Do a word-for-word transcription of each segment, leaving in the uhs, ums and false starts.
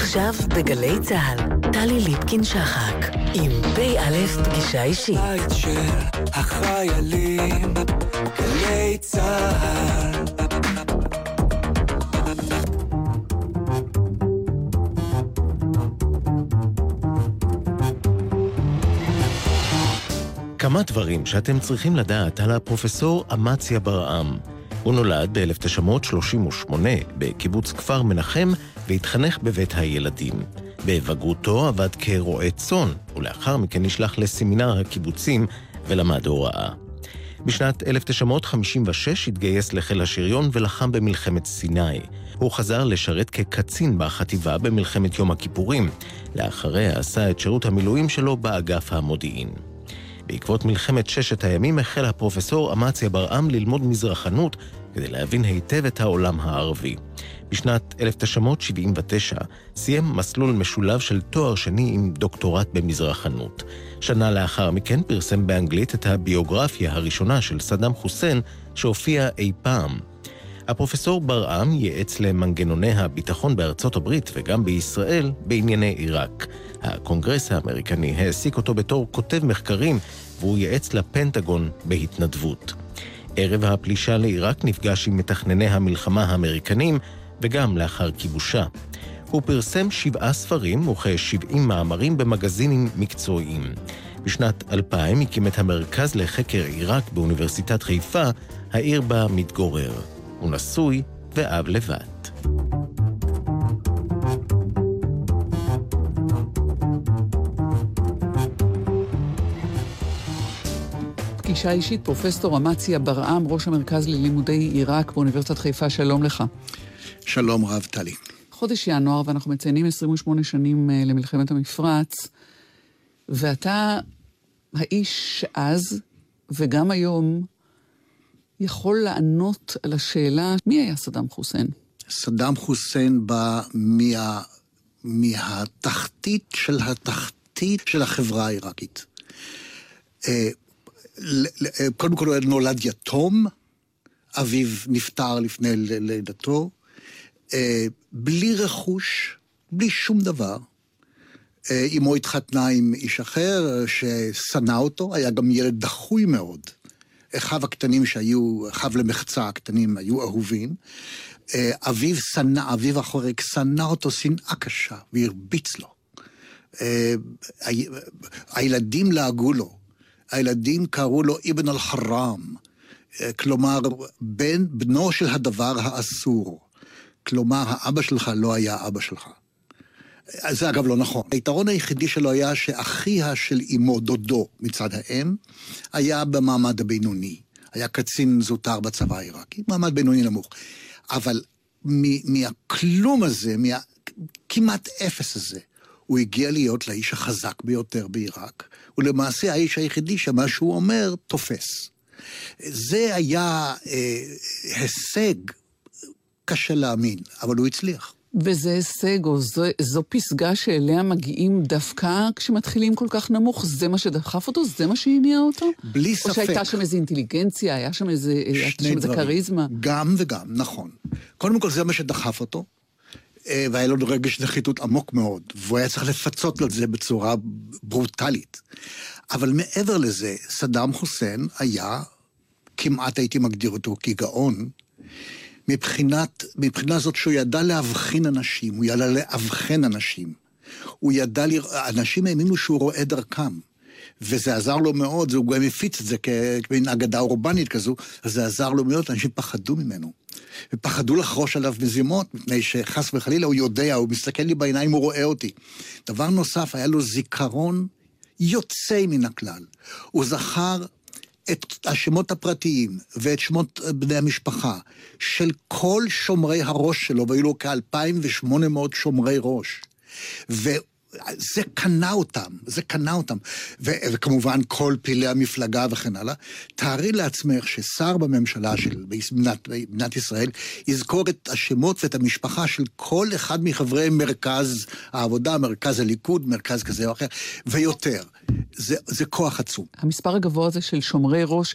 עכשיו בגלי צהל, טלי ליפקין-שחק, עם פ"א פגישה אישית. בית של החיילים, גלי צהל. כמה דברים שאתם צריכים לדעת על הפרופסור אמציה ברעם. הוא נולד ב-אלף תשע מאות שלושים ושמונה בקיבוץ כפר מנחם והתחנך בבית הילדים. בבגרותו עבד כרועה צאן, ולאחר מכן נשלח לסמינר הקיבוצים ולמד הוראה. בשנת אלף תשע מאות חמישים ושש התגייס לחיל השריון ולחם במלחמת סיני. הוא חזר לשרת כקצין בחטיבה במלחמת יום הכיפורים. לאחריה עשה את שירות המילואים שלו באגף המודיעין. בעקבות מלחמת ששת הימים החל הפרופסור אמציה ברעם ללמוד מזרחנות כדי להבין היטב את העולם הערבי. בשנת אלף תשע מאות שבעים ותשע סיים מסלול משולב של תואר שני עם דוקטורט במזרחנות. שנה לאחר מכן פרסם באנגלית את הביוגרפיה הראשונה של סדאם חוסיין שהופיעה אי פעם. הפרופסור ברעם ייעץ למנגנוני הביטחון בארצות הברית וגם בישראל בענייני עיראק. הקונגרס האמריקני העסיק אותו בתור כותב מחקרים, והוא ייעץ לפנטגון בהתנדבות. ערב הפלישה לעיראק נפגש עם מתכנני המלחמה האמריקנים, וגם לאחר כיבושה. הוא פרסם שבעה ספרים וכ-שבעים מאמרים במגזינים מקצועיים. בשנת אלפיים הקים את המרכז לחקר עיראק באוניברסיטת חיפה, העיר בה מתגורר. הוא נשוי ואב לבת. פגישה אישית, פרופסור אמציה ברעם, ראש המרכז ללימודי עיראק באוניברסיטת חיפה, שלום לך. שלום רב, טלי. חודש ינואר, ואנחנו מציינים עשרים ושמונה שנים למלחמת המפרץ, ואתה האיש אז, וגם היום, יכול לענות על השאלה, מי היה סדאם חוסיין? סדאם חוסיין בא מה, מהתחתית של התחתית של החברה העיראקית. קודם כל הוא נולד יתום, אביו נפטר לפני לידתו, בלי רכוש, בלי שום דבר. אמו התחתנה עם איש אחר ששנא אותו, היה גם ילד דחוי מאוד. אחיו הקטנים שהיו, אחיו למחצה הקטנים היו אהובים. אביו שנא, אביו החורק שנא אותו שנאה קשה והרביץ לו. הילדים לעגו לו. הילדים קראו לו אבן אל-חרם, כלומר, בן, בנו של הדבר האסור. כלומר, האבא שלך לא היה אבא שלך. זה אגב לא נכון. היתרון היחידי שלו היה שאחיה של אמו, דודו מצד האם, היה במעמד הבינוני. היה קצין זוטר בצבא העיראקי, מעמד בינוני נמוך. אבל מהכלום הזה, מהכמעט אפס הזה, הוא הגיע להיות לאיש החזק ביותר בעיראק, ולמעשה האיש היחידי שמה שהוא אומר תופס. זה היה אה, הישג קשה להאמין, אבל הוא הצליח. וזה הישג, או זו, זו פסגה שאליה מגיעים דווקא כשמתחילים כל כך נמוך, זה מה שדחף אותו? זה מה שהניע אותו? בלי ספק. או שהייתה שם איזו אינטליגנציה, היה שם איזה, שם איזה קריזמה? גם וגם, נכון. קודם כל זה מה שדחף אותו, והיה לו רגש נחיתות עמוק מאוד, והוא היה צריך לפצות על זה בצורה ברוטלית. אבל מעבר לזה, סדאם חוסיין היה, כמעט הייתי מגדיר אותו כגאון, מבחינת, מבחינה זאת שהוא ידע להבחין אנשים, הוא ידע להבחן אנשים. הוא ידע, אנשים האמינו שהוא רואה דרכם. וזה עזר לו מאוד, הוא גם הפיץ את זה כמין אגדה אורבנית כזו, אז זה עזר לו מאוד, אנשים פחדו ממנו. ופחדו לחרוש עליו מזימות, מפני שחס וחלילה הוא יודע, הוא מסתכל לי בעיניים, הוא רואה אותי. דבר נוסף, היה לו זיכרון יוצא מן הכלל. הוא זכר את השמות הפרטיים ואת שמות בני המשפחה של כל שומרי הראש שלו, והיו לו כ-אלפיים ושמונה מאות שומרי ראש. וזה קנה אותם, זה קנה אותם. ו- וכמובן כל פעילי המפלגה וכן הלאה. תארי לעצמך ששר בממשלה של מדינת, מדינת ישראל יזכור את השמות ואת המשפחה של כל אחד מחברי מרכז העבודה, מרכז הליכוד, מרכז כזה או אחר, ויותר. זה, זה כוח עצום. המספר הגבוה הזה של שומרי ראש,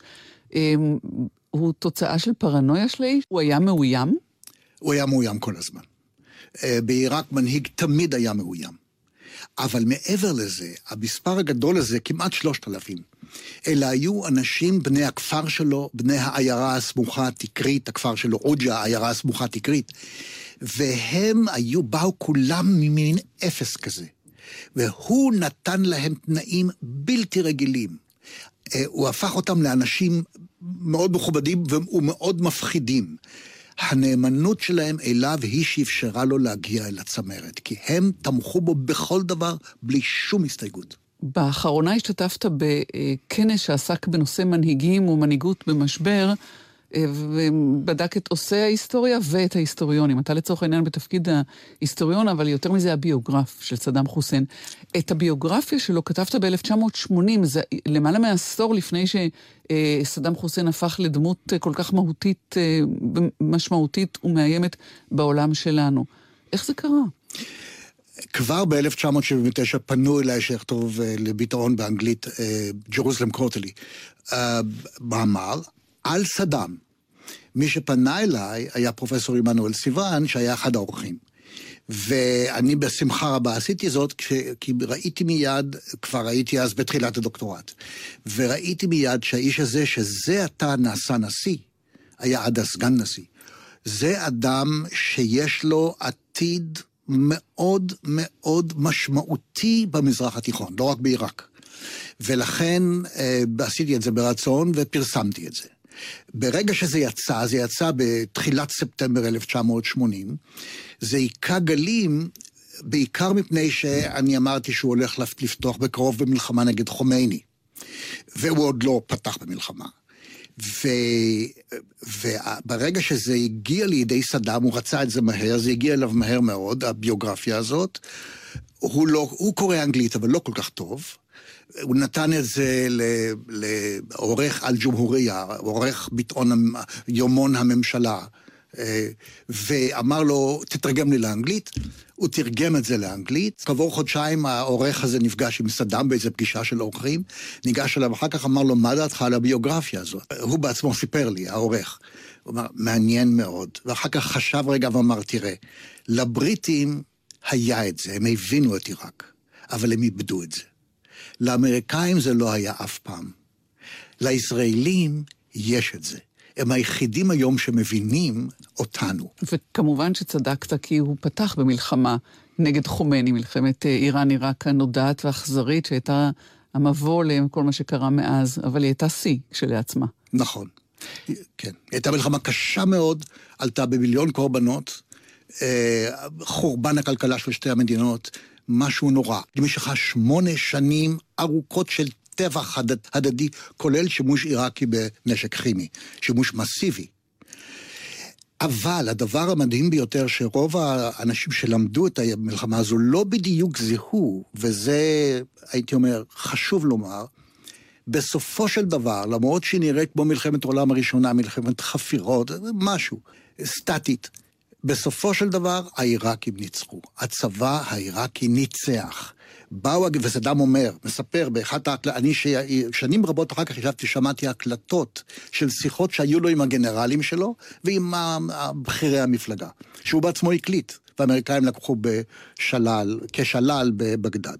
הוא תוצאה של פרנויה שלי? הוא היה מאוים? הוא היה מאוים כל הזמן. בעיראק מנהיג תמיד היה מאוים. אבל מעבר לזה, המספר הגדול הזה, כמעט שלושת אלפים, אלא היו אנשים בני הכפר שלו, בני העיירה הסמוכה תקרית, הכפר שלו עוג'ה, העיירה הסמוכה תקרית, והם היו, באו כולם ממין אפס כזה. והוא נתן להם תנאים בלתי רגילים. הוא הפך אותם לאנשים מאוד מכובדים ומאוד מפחידים. הנאמנות שלהם אליו היא שאפשרה לו להגיע אל הצמרת, כי הם תמכו בו בכל דבר בלי שום הסתייגות. באחרונה השתתפת בכנס שעסק בנושא מנהיגים ומנהיגות במשבר, ובדק את עושי ההיסטוריה ואת ההיסטוריונים. אתה לצורך העניין בתפקיד ההיסטוריון, אבל יותר מזה הביוגרף של סדאם חוסיין. את הביוגרפיה שלו כתבת ב-אלף תשע מאות שמונים, זה למעלה מעשור לפני שסדאם חוסיין הפך לדמות כל כך מהותית, משמעותית ומאיימת בעולם שלנו. איך זה קרה? כבר ב-אלף תשע מאות שבעים ותשע פנו אליי שיכתוב לביטאון באנגלית, ג'רוזלם קורטלי, מאמר, על סדאם. מי שפנה אליי היה פרופסור עמנואל סיוון, שהיה אחד האורחים. ואני בשמחה רבה עשיתי זאת, כי ראיתי מיד, כבר ראיתי אז בתחילת הדוקטורט, וראיתי מיד שהאיש הזה, שזה עתה נעשה נשיא, היה עד הסגן נשיא. זה אדם שיש לו עתיד מאוד מאוד משמעותי במזרח התיכון, לא רק בעיראק. ולכן עשיתי את זה ברצון ופרסמתי את זה. ברגע שזה יצא, זה יצא בתחילת ספטמבר אלף תשע מאות שמונים, זה היכה גלים, בעיקר מפני שאני אמרתי שהוא הולך לפתוח בקרוב במלחמה נגד חומייני, והוא עוד לא פתח במלחמה. ו... וברגע שזה הגיע לידי סדאם, הוא רצה את זה מהר, זה הגיע אליו מהר מאוד, הביוגרפיה הזאת, הוא, לא... הוא קורא אנגלית, אבל לא כל כך טוב, הוא נתן את זה לעורך אל-ג'ומהוריה, עורך ביטאון יומון הממשלה, ואמר לו, תתרגם לי לאנגלית, הוא תרגם את זה לאנגלית, כעבור חודשיים העורך הזה נפגש עם סדאם באיזו פגישה של אורחים, ניגש אליו, אחר כך אמר לו, מה דעתך על הביוגרפיה הזאת? הוא בעצמו סיפר לי, העורך. הוא אמר, מעניין מאוד, ואחר כך חשב רגע ואמר, תראה, לבריטים היה את זה, הם הבינו את עיראק, אבל הם איבדו את זה. לאמריקאים זה לא היה אף פעם. לישראלים יש את זה. הם היחידים היום שמבינים אותנו. וכמובן שצדקת, כי הוא פתח במלחמה נגד חומייני, מלחמת איראן-עיראק הנודעת ואכזרית, שהייתה המבוא לכל מה שקרה מאז, אבל היא הייתה שיא כשלעצמה. נכון. כן. הייתה מלחמה קשה מאוד, עלתה במיליון קורבנות, חורבן הכלכלה של שתי המדינות, משהו נורא. במשך שמונה שנים ארוכות של טבח הדד, הדדי, כולל שימוש עיראקי בנשק כימי, שימוש מסיבי. אבל הדבר המדהים ביותר שרוב האנשים שלמדו את המלחמה הזו לא בדיוק זיהו, וזה, הייתי אומר, חשוב לומר, בסופו של דבר, למרות שהיא נראית כמו מלחמת העולם הראשונה, מלחמת חפירות, משהו, סטטית, בסופו של דבר, העיראקים ניצחו. הצבא העיראקי ניצח. באו, וסדאם אומר, מספר באחת ההקלטות, אני שנים רבות אחר כך ישבתי, שמעתי הקלטות של שיחות שהיו לו עם הגנרלים שלו, ועם בכירי המפלגה, שהוא בעצמו הקליט, והאמריקאים לקחו בשלל, כשלל בבגדד.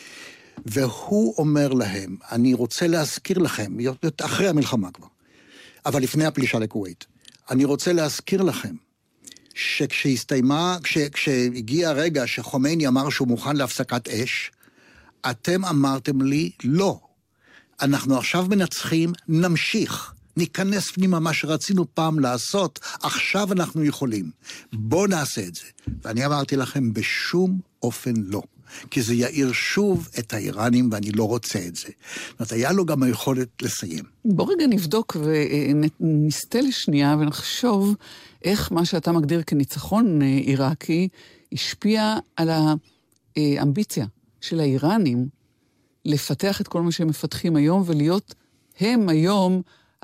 והוא אומר להם, אני רוצה להזכיר לכם, אחרי המלחמה כבר, אבל לפני הפלישה לכווית, אני רוצה להזכיר לכם, שכשהסתיימה, כש, כשהגיע הרגע שחומייני אמר שהוא מוכן להפסקת אש, אתם אמרתם לי, לא. אנחנו עכשיו מנצחים, נמשיך. ניכנס פנימה מה שרצינו פעם לעשות, עכשיו אנחנו יכולים. בואו נעשה את זה. ואני אמרתי לכם, בשום אופן לא. כי זה יאיר שוב את האיראנים, ואני לא רוצה את זה. זאת אומרת, היה לו גם היכולת לסיים. בוא רגע נבדוק ונסתה לשנייה ונחשוב איך מה שאתה מגדיר כניצחון עיראקי השפיע על האמביציה של האיראנים לפתח את כל מה שהם מפתחים היום ולהיות הם היום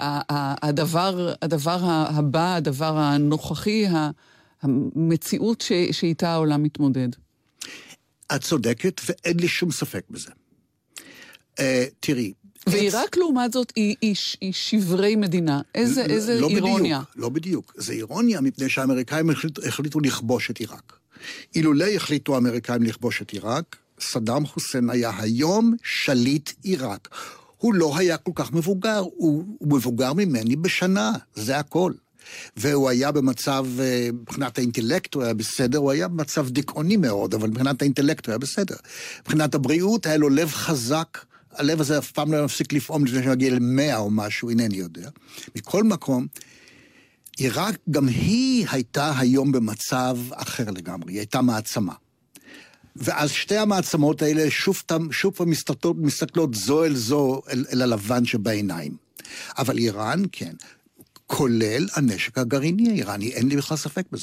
הדבר, הדבר הבא, הדבר הנוכחי, המציאות שאיתה העולם מתמודד. את צודקת, ואין לי שום ספק בזה. Uh, תראי. ועיראק לעומת זאת היא, היא, היא שברי מדינה. איזה, איזה לא אירוניה. בדיוק, לא בדיוק. זה אירוניה מפני שהאמריקאים החליטו, החליטו לכבוש את עיראק. אילולא החליטו האמריקאים לכבוש את עיראק, סדאם חוסיין היה היום שליט עיראק. הוא לא היה כל כך מבוגר, הוא, הוא מבוגר ממני בשנה, זה הכל. והוא היה במצב, מבחינת האינטלקט הוא היה בסדר, הוא היה במצב דיכאוני מאוד, אבל מבחינת האינטלקט הוא היה בסדר. מבחינת הבריאות היה לו לב חזק, הלב הזה אף פעם לא מפסיק לפעום לפני שמגיע למאה או משהו, אינני יודע. מכל מקום, עיראק גם היא הייתה היום במצב אחר לגמרי, היא הייתה מעצמה. ואז שתי המעצמות האלה שוב, שוב מסתכלות, מסתכלות זו אל זו אל, אל הלבן שבעיניים. אבל איראן, כן, כולל הנשק הגרעיני האיראני, אין לי בכלל ספק בזה.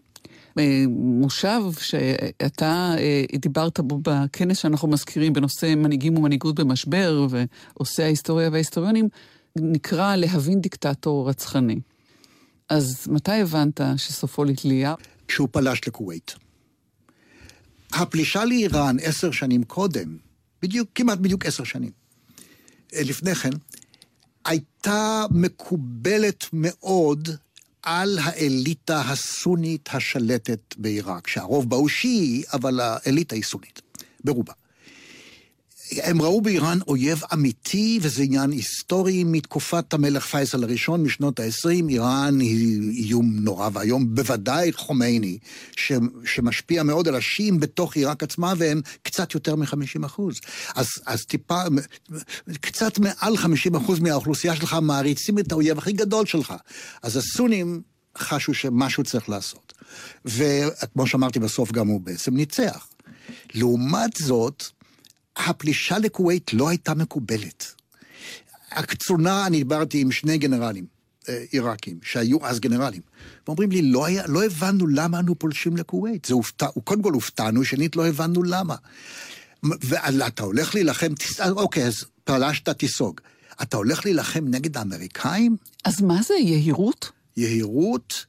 מושב שאתה דיברת בו בכנס שאנחנו מזכירים בנושא מנהיגים ומנהיגות במשבר, ועושה ההיסטוריה וההיסטוריונים, נקרא להבין דיקטטור רצחני. אז מתי הבנת שסופו לתלייה? כשהוא פלש לכווית. הפלישה לאיראן עשר שנים קודם, בדיוק, כמעט בדיוק עשר שנים, לפני כן, הייתה מקובלת מאוד על האליטה הסונית השלטת בעיראק, שהרוב בה הוא שיעי, אבל האליטה היא סונית, ברובה. הם ראו באיראן אויב אמיתי, וזה עניין היסטורי מתקופת המלך פייסל הראשון, משנות ה-עשרים, איראן היא איום נורא, והיום בוודאי חומייני, ש, שמשפיע מאוד על השיעים בתוך עיראק עצמה, והם קצת יותר מ-חמישים אחוז. אז, אז טיפה, קצת מעל חמישים אחוז מהאוכלוסייה שלך מעריצים את האויב הכי גדול שלך. אז הסונים חשו שמשהו צריך לעשות. וכמו שאמרתי בסוף, גם הוא בעצם ניצח. לעומת זאת, הפלישה לכווית לא הייתה מקובלת. הקצונה, אני דיברתי עם שני גנרלים עיראקים, שהיו אז גנרלים, ואומרים לי, לא, היה, לא הבנו למה אנו פולשים לכווית. זה הופתע, קודם כל הופתענו, שנית לא הבנו למה. ואתה הולך להילחם, אוקיי, אז פלשת תיסוג. אתה הולך להילחם נגד האמריקאים? אז מה זה, יהירות? יהירות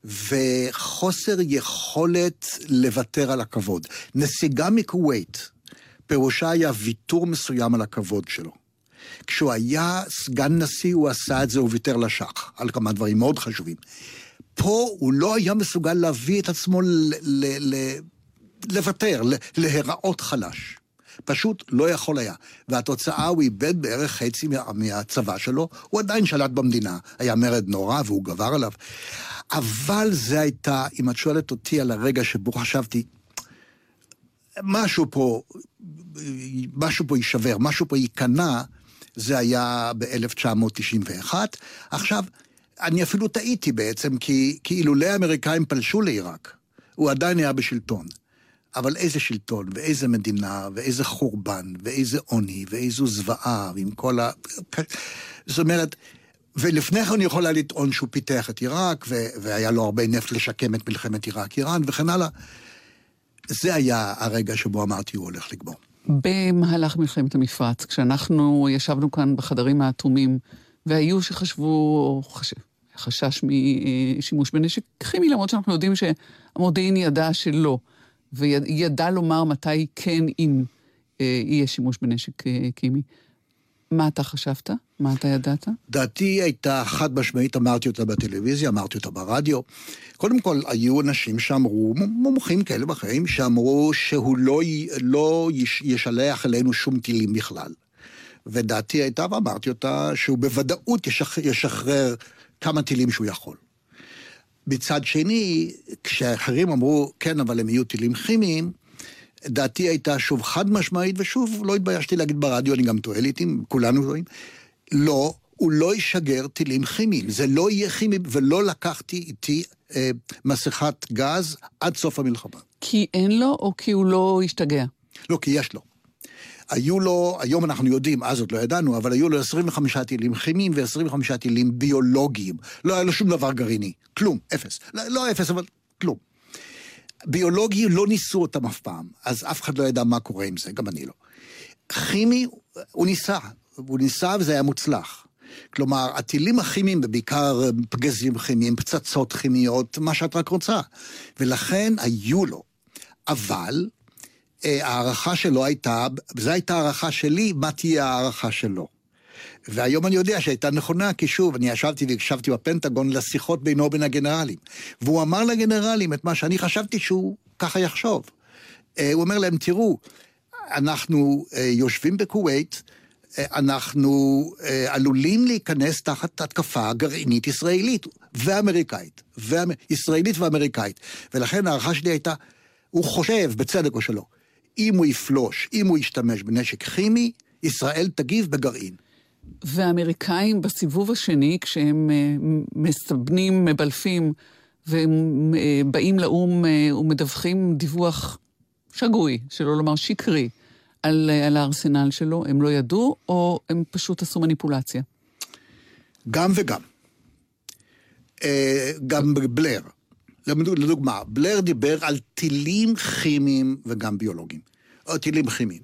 וחוסר יכולת לוותר על הכבוד. נסיגה מכווית, פירושה היה ויתור מסוים על הכבוד שלו. כשהוא היה סגן נשיא, הוא עשה את זה, הוא ויתר לשח, על כמה דברים מאוד חשובים. פה הוא לא היה מסוגל להביא את עצמו ל- ל- ל- לוותר, ל- להיראות חלש. פשוט לא יכול היה. והתוצאה, הוא איבד בערך חצי מה- מהצבא שלו, הוא עדיין שלט במדינה, היה מרד נורא והוא גבר עליו. אבל זה הייתה, אם את שואלת אותי על הרגע שבו חשבתי, משהו פה, משהו פה יישבר, משהו פה ייכנע, זה היה ב-אלף תשע מאות תשעים ואחת. עכשיו, אני אפילו טעיתי בעצם, כי, כי אילולא האמריקאים פלשו לעיראק, הוא עדיין היה בשלטון. אבל איזה שלטון, ואיזה מדינה, ואיזה חורבן, ואיזה עוני, ואיזו זוועה, ועם כל ה... זאת אומרת, ולפני כן אני יכולה לטעון שהוא פיתח את עיראק, ו- והיה לו הרבה נפט לשקם את מלחמת עיראק-איראן, וכן הלאה. זה היה הרגע שבו אמרתי, הוא הולך לגמור. במהלך מלחמת המפרץ, כשאנחנו ישבנו כאן בחדרים האטומים, והיו שחשבו, או חשב, חשש משימוש בנשק כימי, למרות שאנחנו יודעים שהמודיעין ידע שלא, וידע לומר מתי כן אם יהיה שימוש בנשק כימי. מה אתה חשבת? מה אתה ידעת? דעתי הייתה חד משמעית, אמרתי אותה בטלוויזיה, אמרתי אותה ברדיו. קודם כל, היו אנשים שאמרו, מומחים כאלה ואחרים, שאמרו שהוא לא, לא יש, ישלח אלינו שום טילים בכלל. ודעתי הייתה, ואמרתי אותה, שהוא בוודאות ישחרר, ישחרר כמה טילים שהוא יכול. בצד שני, כשאחרים אמרו, כן, אבל הם יהיו טילים כימיים, דעתי הייתה שוב חד משמעית, ושוב לא התביישתי להגיד ברדיו, אני גם טועה לעתים, כולנו טועים, לא, הוא לא ישגר טילים כימיים, זה לא יהיה כימי, ולא לקחתי איתי אה, מסכת גז עד סוף המלחמה. כי אין לו, או כי הוא לא השתגע? לא, כי יש לו. היו לו, היום אנחנו יודעים, אז עוד לא ידענו, אבל היו לו עשרים וחמישה טילים כימיים ו-עשרים וחמישה טילים ביולוגיים. לא היה לו שום דבר גרעיני, כלום, אפס. לא, לא אפס, אבל כלום. ביולוגי לא ניסו אותם אף פעם, אז אף אחד לא ידע מה קורה עם זה, גם אני לא. כימי, הוא ניסה, הוא ניסה וזה היה מוצלח. כלומר, הטילים הכימיים, בעיקר פגזים כימיים, פצצות כימיות, מה שאת רק רוצה. ולכן היו לו. אבל הערכה שלו הייתה, זו הייתה הערכה שלי, מה תהיה הערכה שלו. והיום אני יודע שהייתה נכונה, כי שוב, אני ישבתי והקשבתי בפנטגון לשיחות בינו בין הגנרלים. והוא אמר לגנרלים את מה שאני חשבתי שהוא ככה יחשוב. הוא אומר להם, תראו, אנחנו יושבים בכווית, אנחנו עלולים להיכנס תחת התקפה גרעינית ישראלית ואמריקאית, ישראלית ואמריקאית. ולכן הערכה שלי הייתה, הוא חושב, בצדק או שלא, אם הוא יפלוש, אם הוא ישתמש בנשק כימי, ישראל תגיב בגרעין. והאמריקאים בסיבוב השני, כשהם מסבנים, מבלפים, והם באים לאום ומדווחים דיווח שגוי, שלא לומר שקרי, על, על הארסנל שלו, הם לא ידעו, או הם פשוט עשו מניפולציה? גם וגם. גם בלר. לדוגמה, בלר דיבר על טילים כימיים וגם ביולוגיים. או טילים כימיים.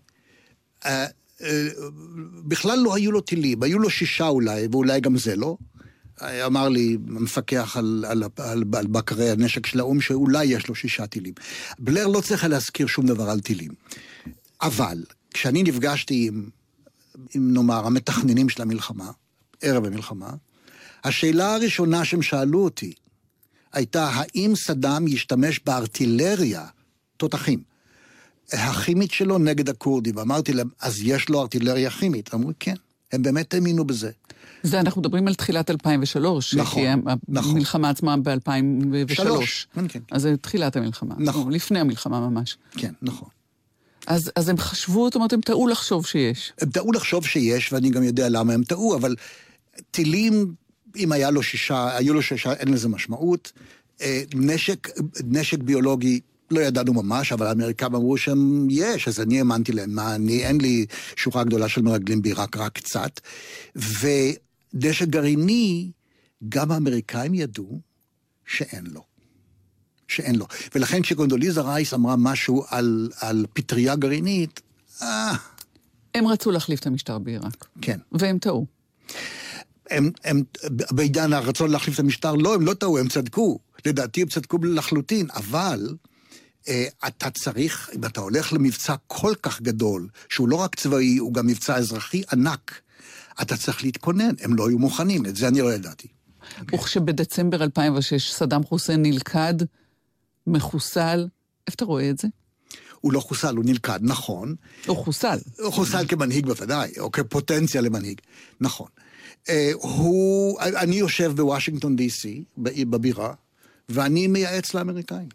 בכלל לא היו לו טילים, היו לו שישה אולי, ואולי גם זה לא. אמר לי, המפקח על, על, על, על בקרי הנשק של האום, שאולי יש לו שישה טילים. בלר לא צריך להזכיר שום דבר על טילים. אבל, כשאני נפגשתי עם, עם נאמר, המתכננים של המלחמה, ערב המלחמה, השאלה הראשונה שהם שאלו אותי, הייתה, האם סדאם ישתמש בארטילריה, תותחים, הכימית שלו נגד הכורדים? ואמרתי להם, אז יש לו ארטילריה כימית? אמרו, כן, הם באמת האמינו בזה. זה אנחנו מדברים על תחילת אלפיים ושלוש, נכון, כי נכון. המלחמה עצמה ב-אלפיים ושלוש. כן, כן. אז זה תחילת המלחמה. נכון. לפני המלחמה ממש. כן, נכון. אז, אז הם חשבו, זאת אומרת, הם טעו לחשוב שיש. הם טעו לחשוב שיש, ואני גם יודע למה הם טעו, אבל טילים, אם היה לו שישה, היו לו שישה, אין לזה משמעות. נשק, נשק ביולוגי, לא ידענו ממש, אבל האמריקאים אמרו שהם יש, אז אני האמנתי להם, מה, אני, אין לי שורה גדולה של מרגלים בעיראק, רק קצת. ונשק גרעיני, גם האמריקאים ידעו שאין לו. שאין לו. ולכן כשקונדוליזה רייס אמרה משהו על, על פטריה גרעינית, אה... הם רצו להחליף את המשטר בעיראק. כן. והם טעו. הם, הם, בעידן הרצון להחליף את המשטר, לא, הם לא טעו, הם צדקו. לדעתי הם צדקו לחלוטין, אבל אה, אתה צריך, אם אתה הולך למבצע כל כך גדול, שהוא לא רק צבאי, הוא גם מבצע אזרחי ענק, אתה צריך להתכונן, הם לא היו מוכנים, את זה אני לא ידעתי. וכשבדצמבר אלפיים ושש סדאם חוסיין נלכד, מחוסל, איפה אתה רואה את זה? הוא לא חוסל, הוא נלכד, נכון. הוא חוסל. הוא חוסל כמנהיג בוודאי, או כפוטנציה למנהיג, נכון. הוא, אני יושב בוושינגטון די סי, בבירה, ואני מייעץ לאמריקאים.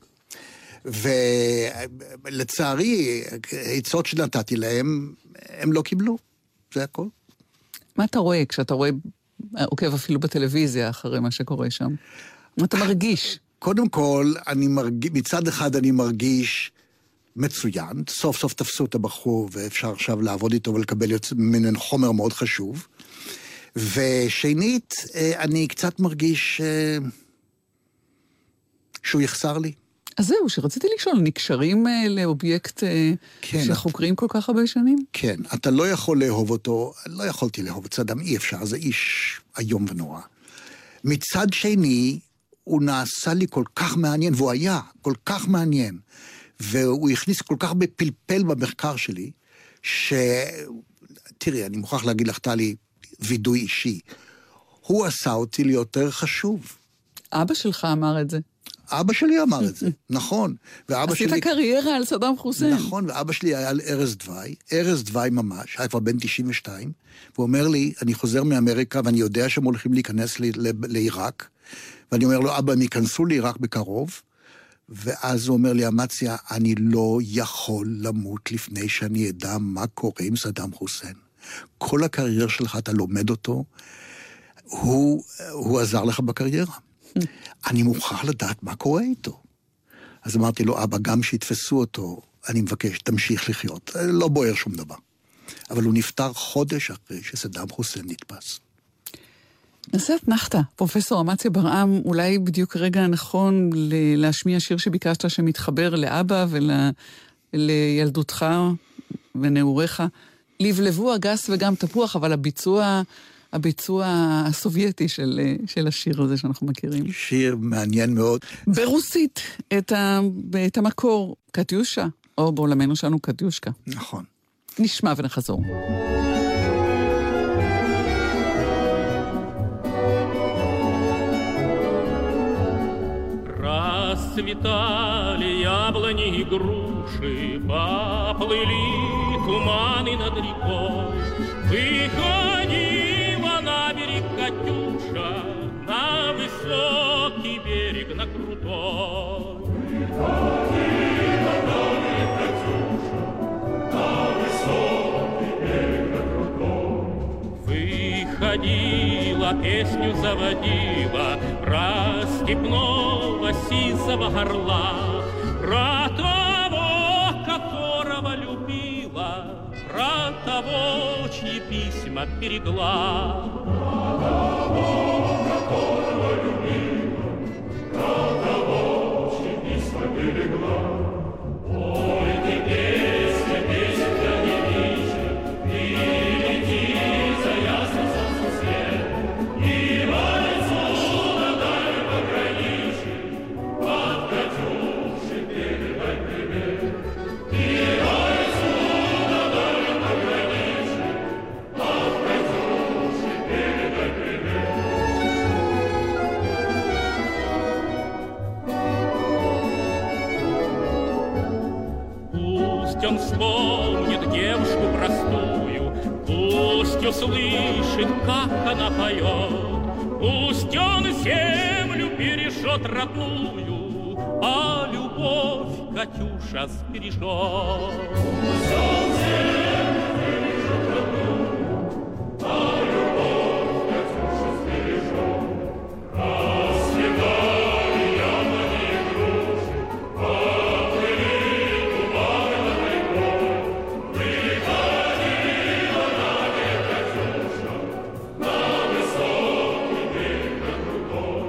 ולצערי, עצות שנתתי להם, הם לא קיבלו. זה הכל. מה אתה רואה כשאתה רואה, עוקב אפילו בטלוויזיה אחרי מה שקורה שם? מה אתה מרגיש? קודם כל, אני מרגיש, מצד אחד אני מרגיש מצוין, סוף סוף תפסו את הבחור, ואפשר עכשיו לעבוד איתו ולקבל ממנו חומר מאוד חשוב. ושנית, אני קצת מרגיש שהוא יחסר לי. אז זהו, שרציתי לשאול, נקשרים לאובייקט כן, שחוקרים כל כך הרבה שנים? כן, אתה לא יכול לאהוב אותו, לא יכולתי לאהוב את סדאם, אי אפשר, זה איש איום ונורא. מצד שני, הוא נעשה לי כל כך מעניין, והוא היה כל כך מעניין, והוא הכניס כל כך בפלפל במחקר שלי, ש... תראי, אני מוכרח להגיד לך, טלי, וידוי אישי. הוא עשה אותי ליותר חשוב. אבא שלך אמר את זה. אבא שלי אמר את זה, נכון. עשית שלי... קריירה על סדאם חוסיין. נכון, ואבא שלי היה על ארז דווי, ארז דווי ממש, היה כבר בן תשעים ושתיים, והוא אומר לי, אני חוזר מאמריקה, ואני יודע שהם הולכים להיכנס לעיראק, ואני אומר לו, אבא, הם ייכנסו לעיראק בקרוב, ואז הוא אומר לי, אמציה, אני לא יכול למות לפני שאני אדע מה קורה עם סדאם חוסיין. כל הקריירה שלך, אתה לומד אותו, הוא, הוא עזר לך בקריירה. אני מוכרח לדעת מה קורה איתו. אז אמרתי לו, אבא, גם שיתפסו אותו, אני מבקש, תמשיך לחיות. לא בוער שום דבר. אבל הוא נפטר חודש אחרי שסדאם חוסיין נתפס. נעשה אתנחתא. פרופסור אמציה ברעם, אולי בדיוק רגע הנכון להשמיע שיר שביקשת שמתחבר לאבא ולילדותך ונעוריך. לבלבו הגס וגם תפוח, אבל הביצוע... הביצוע הסובייטי של, של השיר הזה שאנחנו מכירים. שיר מעניין מאוד. ברוסית, את, ה, את המקור, קטיושה, או בעולמנו שלנו קטיושקה. נכון. נשמע ונחזור. Раз Расцветали яблони и груши, поплыли туманы над рекой. Выходила на берег Катюша, на высокий берег, на крутой. Выходила на берег Катюша, на высокий берег, на крутой. Выходила, песню заводила про степного сизого орла, про того, которого любила, про того, чьи письма берегла. Про того, которого любила, про того, чьи письма берегла. Ой, ты песня, песня не вечер, и лети за ясным солнцем свет, и вальцу на дальнем пограничье, от Катюши передай привет. И вальцу на дальнем пограничье, от Катюши передай привет. Пусть он вспомнит девушку простую, пусть услышит, как она поет, пусть он землю бережет родную, а любовь Катюша сбережет. Пусть он землю бережет родную, а любовь Катюша сбережет. Расцветали яблони и груши, поплыли туманы над рекой. Выходила на берег Катюша, на высокий берег, на крутой.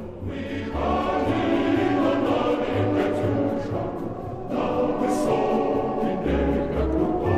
Выходила на берег Катюша, на высокий берег, на крутой.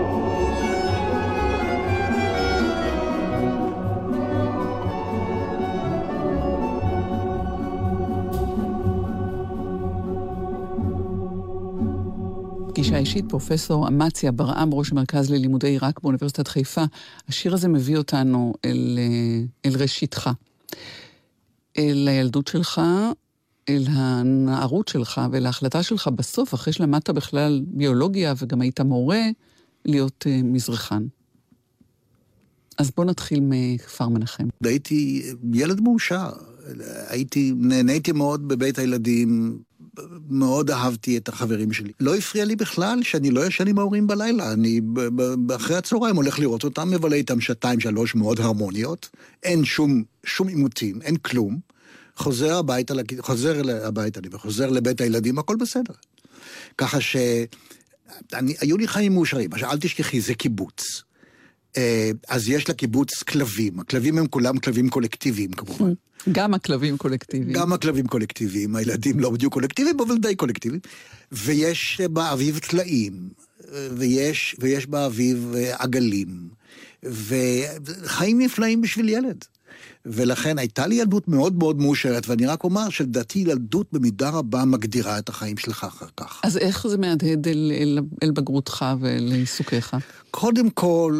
פגישה אישית, פרופסור אמציה ברעם, ראש המרכז ללימודי עיראק באוניברסיטת חיפה. השיר הזה מביא אותנו אל, אל ראשיתך, אל הילדות שלך, אל הנערות שלך, ואל ההחלטה שלך בסוף, אחרי שלמדת בכלל ביולוגיה וגם היית מורה, להיות uh, מזרחן. אז בוא נתחיל מכפר מנחם. הייתי ילד מאושר, הייתי, נהניתי מאוד בבית הילדים, מאוד אהבתי את החברים שלי. לא הפריע לי בכלל שאני לא ישן עם ההורים בלילה. אני אחרי הצהריים הולך לראות אותם, מבלה איתם שעתיים שלוש מאוד הרמוניות. אין שום, שום עימותים, אין כלום. חוזר הביתה, חוזר הביתה וחוזר לבית הילדים, הכל בסדר. ככה ש... אני, היו לי חיים מאושרים. אל תשכחי, זה קיבוץ. אז יש לקיבוץ כלבים. הכלבים הם כולם כלבים קולקטיביים, כמובן. גם הכלבים קולקטיביים. גם הכלבים קולקטיביים. הילדים לא בדיוק קולקטיביים, אבל די קולקטיביים. ויש באביב תלאים, ויש, ויש באביב עגלים, וחיים נפלאים בשביל ילד. ולכן הייתה לי ילדות מאוד מאוד מאושרת, ואני רק אומר שלדעתי ילדות במידה רבה מגדירה את החיים שלך אחר כך. אז איך זה מהדהד אל, אל, אל בגרותך ואל עיסוקיך? קודם כל,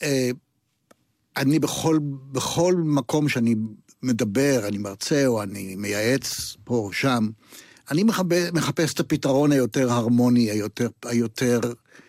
אני בכל, בכל מקום שאני מדבר, אני מרצה או אני מייעץ פה או שם, אני מחפש, מחפש את הפתרון היותר הרמוני, היותר, היותר,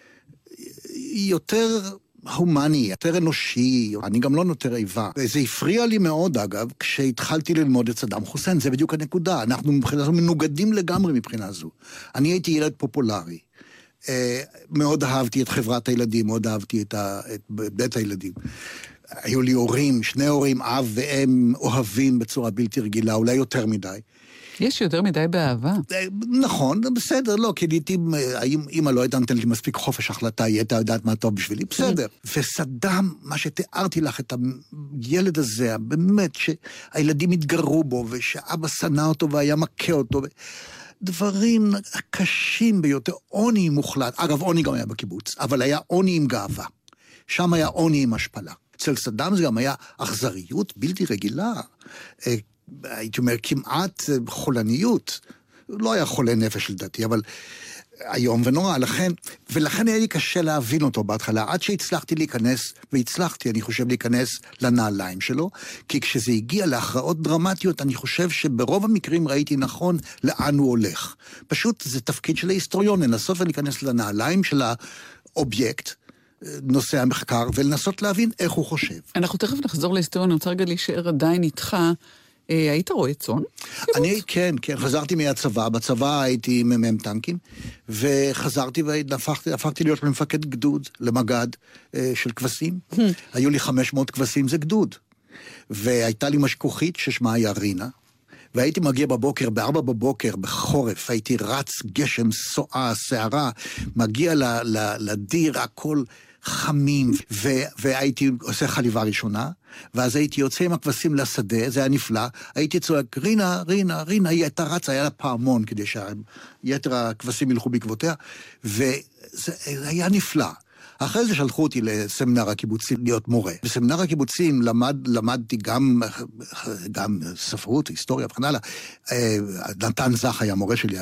יותר הומני, יותר אנושי, אני גם לא נותר איבה. וזה הפריע לי מאוד, אגב, כשהתחלתי ללמוד את סדאם חוסיין, זה בדיוק הנקודה. אנחנו מבחינה, מנוגדים לגמרי מבחינה זו. אני הייתי ילד פופולרי. מאוד אהבתי את חברת הילדים, מאוד אהבתי את, ה, את בית הילדים. היו לי הורים, שני הורים, אב והם אוהבים בצורה בלתי רגילה, אולי יותר מדי. יש יותר מדי באהבה. נכון, בסדר, לא, כי לעתים, אמא לא הייתה נותנת לי מספיק חופש החלטה, היא הייתה יודעת מה טוב בשבילי, בסדר. וסדאם, מה שתיארתי לך, את הילד הזה, באמת, שהילדים התגרו בו, ושאבא שנא אותו והיה מכה אותו, דברים קשים ביותר, עוני מוחלט. אגב, עוני גם היה בקיבוץ, אבל היה עוני עם גאווה. שם היה עוני עם השפלה. אצל סדאם זה גם היה אכזריות בלתי רגילה. הייתי אומר, כמעט חולניות. לא היה חולה נפש לדעתי, אבל היום ונורא, לכן, ולכן היה לי קשה להבין אותו בהתחלה, עד שהצלחתי להיכנס, והצלחתי, אני חושב, להיכנס לנעליים שלו, כי כשזה הגיע להכרעות דרמטיות, אני חושב שברוב המקרים ראיתי נכון לאן הוא הולך. פשוט זה תפקיד של ההיסטוריון, לנסות ולהיכנס לנעליים של האובייקט, נושא המחקר, ולנסות להבין איך הוא חושב. אנחנו תכף נחזור להיסטוריה, אני רוצה רגע להישאר עדיין איתך, היית רואה צאן? אני, כן, כן, חזרתי מהצבא, בצבא הייתי ממם טנקים, וחזרתי והפכתי להיות למפקד גדוד, למגד של כבשים. היו לי חמש מאות כבשים, זה גדוד. והייתה לי משכוחית ששמה היה רינה, והייתי מגיע בבוקר, בארבע בבוקר, בחורף, הייתי רץ גשם, סועה, שערה, מגיע לדיר, הכל חמים, והייתי עושה חליבה ראשונה, ואז הייתי יוצא עם הכבשים לשדה, זה היה נפלא, הייתי צועק, רינה, רינה, רינה, היא הייתה רצה, היה לה פעמון, כדי שיתר הכבשים ילכו בעקבותיה, וזה היה נפלא. אחרי זה שלחו אותי לסמינר הקיבוצים להיות מורה. בסמינר הקיבוצים למד, למדתי גם, גם ספרות, היסטוריה וכן הלאה. נתן זך היה מורה שלי,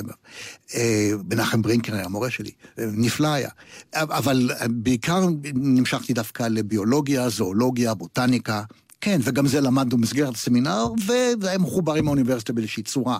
מנחם ברינקר היה מורה שלי. נפלא היה. אבל בעיקר נמשכתי דווקא לביולוגיה, זואולוגיה, בוטניקה. כן, וגם זה למדנו במסגרת הסמינר, וזה היה מחובר עם האוניברסיטה באיזושהי צורה.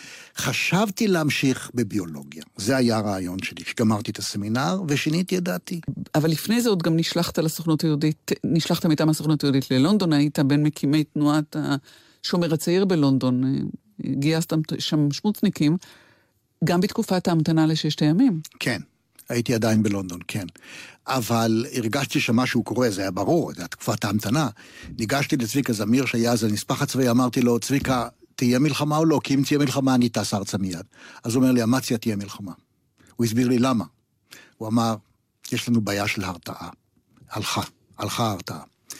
חשבתי להמשיך בביולוגיה. זה היה הרעיון שלי, שגמרתי את הסמינר ושיניתי את דעתי. אבל לפני זה עוד גם נשלחת לסוכנות היהודית, נשלחת מטעם הסוכנות היהודית ללונדון, היית בין מקימי תנועת השומר הצעיר בלונדון, גייסתם שם שמוצניקים, גם בתקופת ההמתנה לששת הימים. כן, הייתי עדיין בלונדון, כן. אבל הרגשתי שמשהו קורה, זה היה ברור, זה היה תקופת ההמתנה. ניגשתי לצביקה זמיר, שהיה אז הנספח הצבאי, אמרתי לו, צביקה, תהיה מלחמה או לא? כי אם תהיה מלחמה, אני טס ארצה מיד. אז הוא אומר לי, אמציה תהיה מלחמה. הוא הסביר לי למה. הוא אמר, יש לנו בעיה של הרתעה. הלכה, הלכה הרתעה.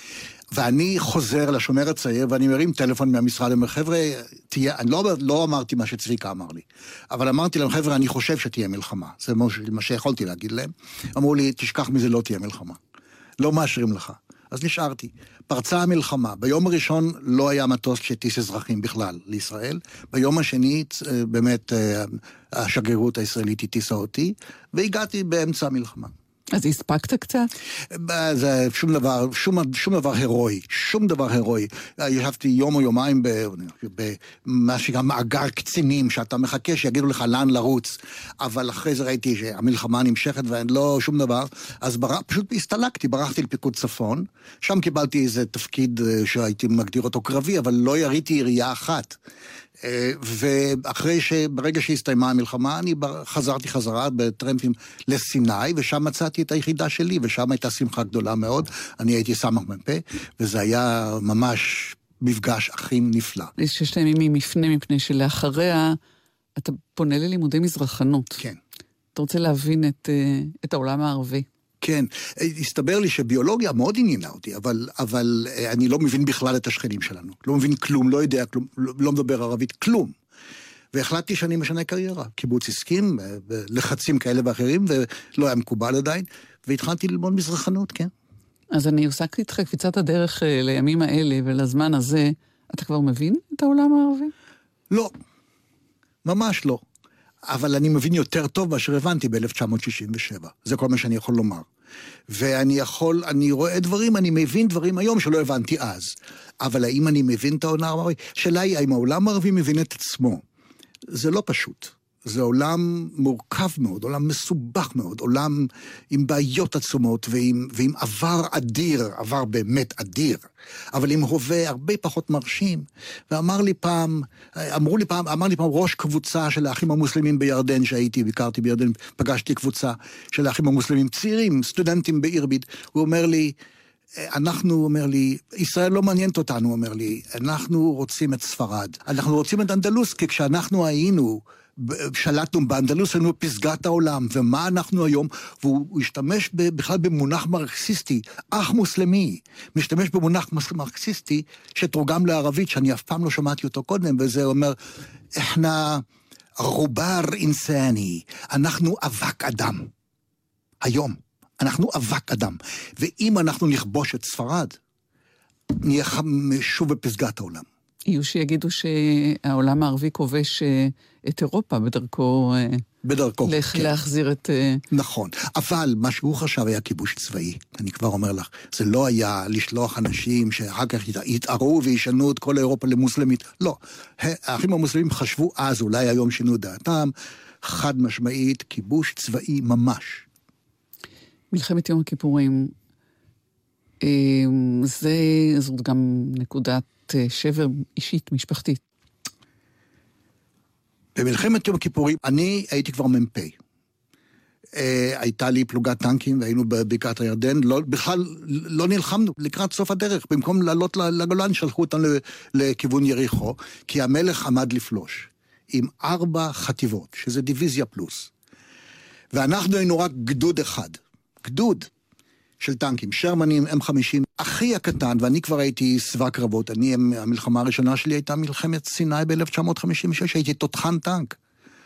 ואני חוזר לשומר הצעיר, ואני מרים טלפון מהמשרד, ואומר, חבר'ה, תהיה, אני לא, לא אמרתי מה שצביקה אמר לי, אבל אמרתי להם, חבר'ה, אני חושב שתהיה מלחמה. זה מה שיכולתי להגיד להם. אמרו לי, תשכח מזה, לא תהיה מלחמה. לא מאשרים לך. אז נשארתי. פרצה המלחמה. ביום הראשון לא היה מטוס שטיס אזרחים בכלל לישראל. ביום השני, באמת, השגרירות הישראלית הטיסה אותי, והגעתי באמצע המלחמה. אז הספקת קצת? זה שום דבר, שום, שום דבר הרואי, שום דבר הרואי. ישבתי יום או יומיים במה שגם מאגר קצינים, שאתה מחכה שיגידו לך לאן לרוץ, אבל אחרי זה ראיתי שהמלחמה נמשכת ואין לא שום דבר, אז בר... פשוט הסתלקתי, ברחתי לפיקוד צפון, שם קיבלתי איזה תפקיד שהייתי מגדיר אותו קרבי, אבל לא יריתי ירייה אחת. ואחרי שברגע שהסתיימה המלחמה, אני חזרתי חזרה בטרמפים לסיני, ושם מצאתי את היחידה שלי, ושם הייתה שמחה גדולה מאוד. אני הייתי סמ"ך מ"פ, וזה היה ממש מפגש אחים נפלא. ששת הימים מפנה, מפני שלאחריה אתה פונה ללימודי מזרחנות. כן. אתה רוצה להבין את, את העולם הערבי. כן, הסתבר לי שביולוגיה מאוד עניינה אותי, אבל, אבל אני לא מבין בכלל את השכנים שלנו. לא מבין כלום, לא יודע כלום, לא מדבר ערבית, כלום. והחלטתי שאני משנה קריירה. קיבוץ הסכים, לחצים כאלה ואחרים, ולא היה מקובל עדיין, והתחלתי ללמוד מזרחנות, כן. אז אני עושה איתך קפיצת הדרך לימים האלה ולזמן הזה. אתה כבר מבין את העולם הערבי? לא, ממש לא. אבל אני מבין יותר טוב מאשר הבנתי ב-אלף תשע מאות שישים ושבע. זה כל מה שאני יכול לומר. ואני יכול, אני רואה דברים, אני מבין דברים היום שלא הבנתי אז. אבל האם אני מבין את העולם הערבי? שאלה היא, האם העולם הערבי מבין את עצמו? זה לא פשוט. זה עולם מורכב מאוד, עולם מסובך מאוד, עולם עם בעיות עצומות ועם, ועם עבר אדיר, עבר באמת אדיר, אבל עם הווה הרבה פחות מרשים. ואמר לי פעם, אמרו לי פעם, אמר לי פעם ראש קבוצה של האחים המוסלמים בירדן, שהייתי, ביקרתי בירדן, פגשתי קבוצה של האחים המוסלמים, צעירים, סטודנטים באירביד, הוא אומר לי, אנחנו, הוא אומר לי, ישראל לא מעניינת אותנו, הוא אומר לי, אנחנו רוצים את ספרד, אנחנו רוצים את אנדלוס, כי כשאנחנו היינו, שלטנו באנדלוס, היינו פסגת העולם, ומה אנחנו היום, והוא השתמש בכלל במונח מרקסיסטי, אח מוסלמי, משתמש במונח מרקסיסטי, שתורגם לערבית, שאני אף פעם לא שמעתי אותו קודם, וזה אומר, אנחנו רובר אינסני, אנחנו אבק אדם, היום, אנחנו אבק אדם, ואם אנחנו נכבוש את ספרד, נהיה שוב בפסגת העולם. יהיו שיגידו שהעולם הערבי כובש את אירופה בדרכו... בדרכו, לך, כן. להחזיר את... נכון, אבל מה שהוא חשב היה כיבוש צבאי, אני כבר אומר לך, זה לא היה לשלוח אנשים שאחר כך יתערו וישנו את כל אירופה למוסלמית, לא. האחים המוסלמים חשבו אז, אולי היום שינו דעתם, חד משמעית, כיבוש צבאי ממש. מלחמת יום הכיפורים, זה, זאת גם נקודת שבר אישית, משפחתית. במלחמת יום הכיפורים, אני הייתי כבר מ"פ. הייתה לי פלוגת טנקים, והיינו בבקעת הירדן, לא, בכלל לא נלחמנו לקראת סוף הדרך, במקום לעלות לגולן, שלחו אותנו לכיוון יריחו, כי המלך עמד לפלוש, עם ארבע חטיבות, שזה דיוויזיה פלוס. ואנחנו היינו רק גדוד אחד, גדוד של טנקים, שרמנים, אם חמישים, הכי הקטן, ואני כבר הייתי שבע קרבות, אני, המלחמה הראשונה שלי הייתה מלחמת סיני ב-אלף תשע מאות חמישים ושש, הייתי תותחן טנק.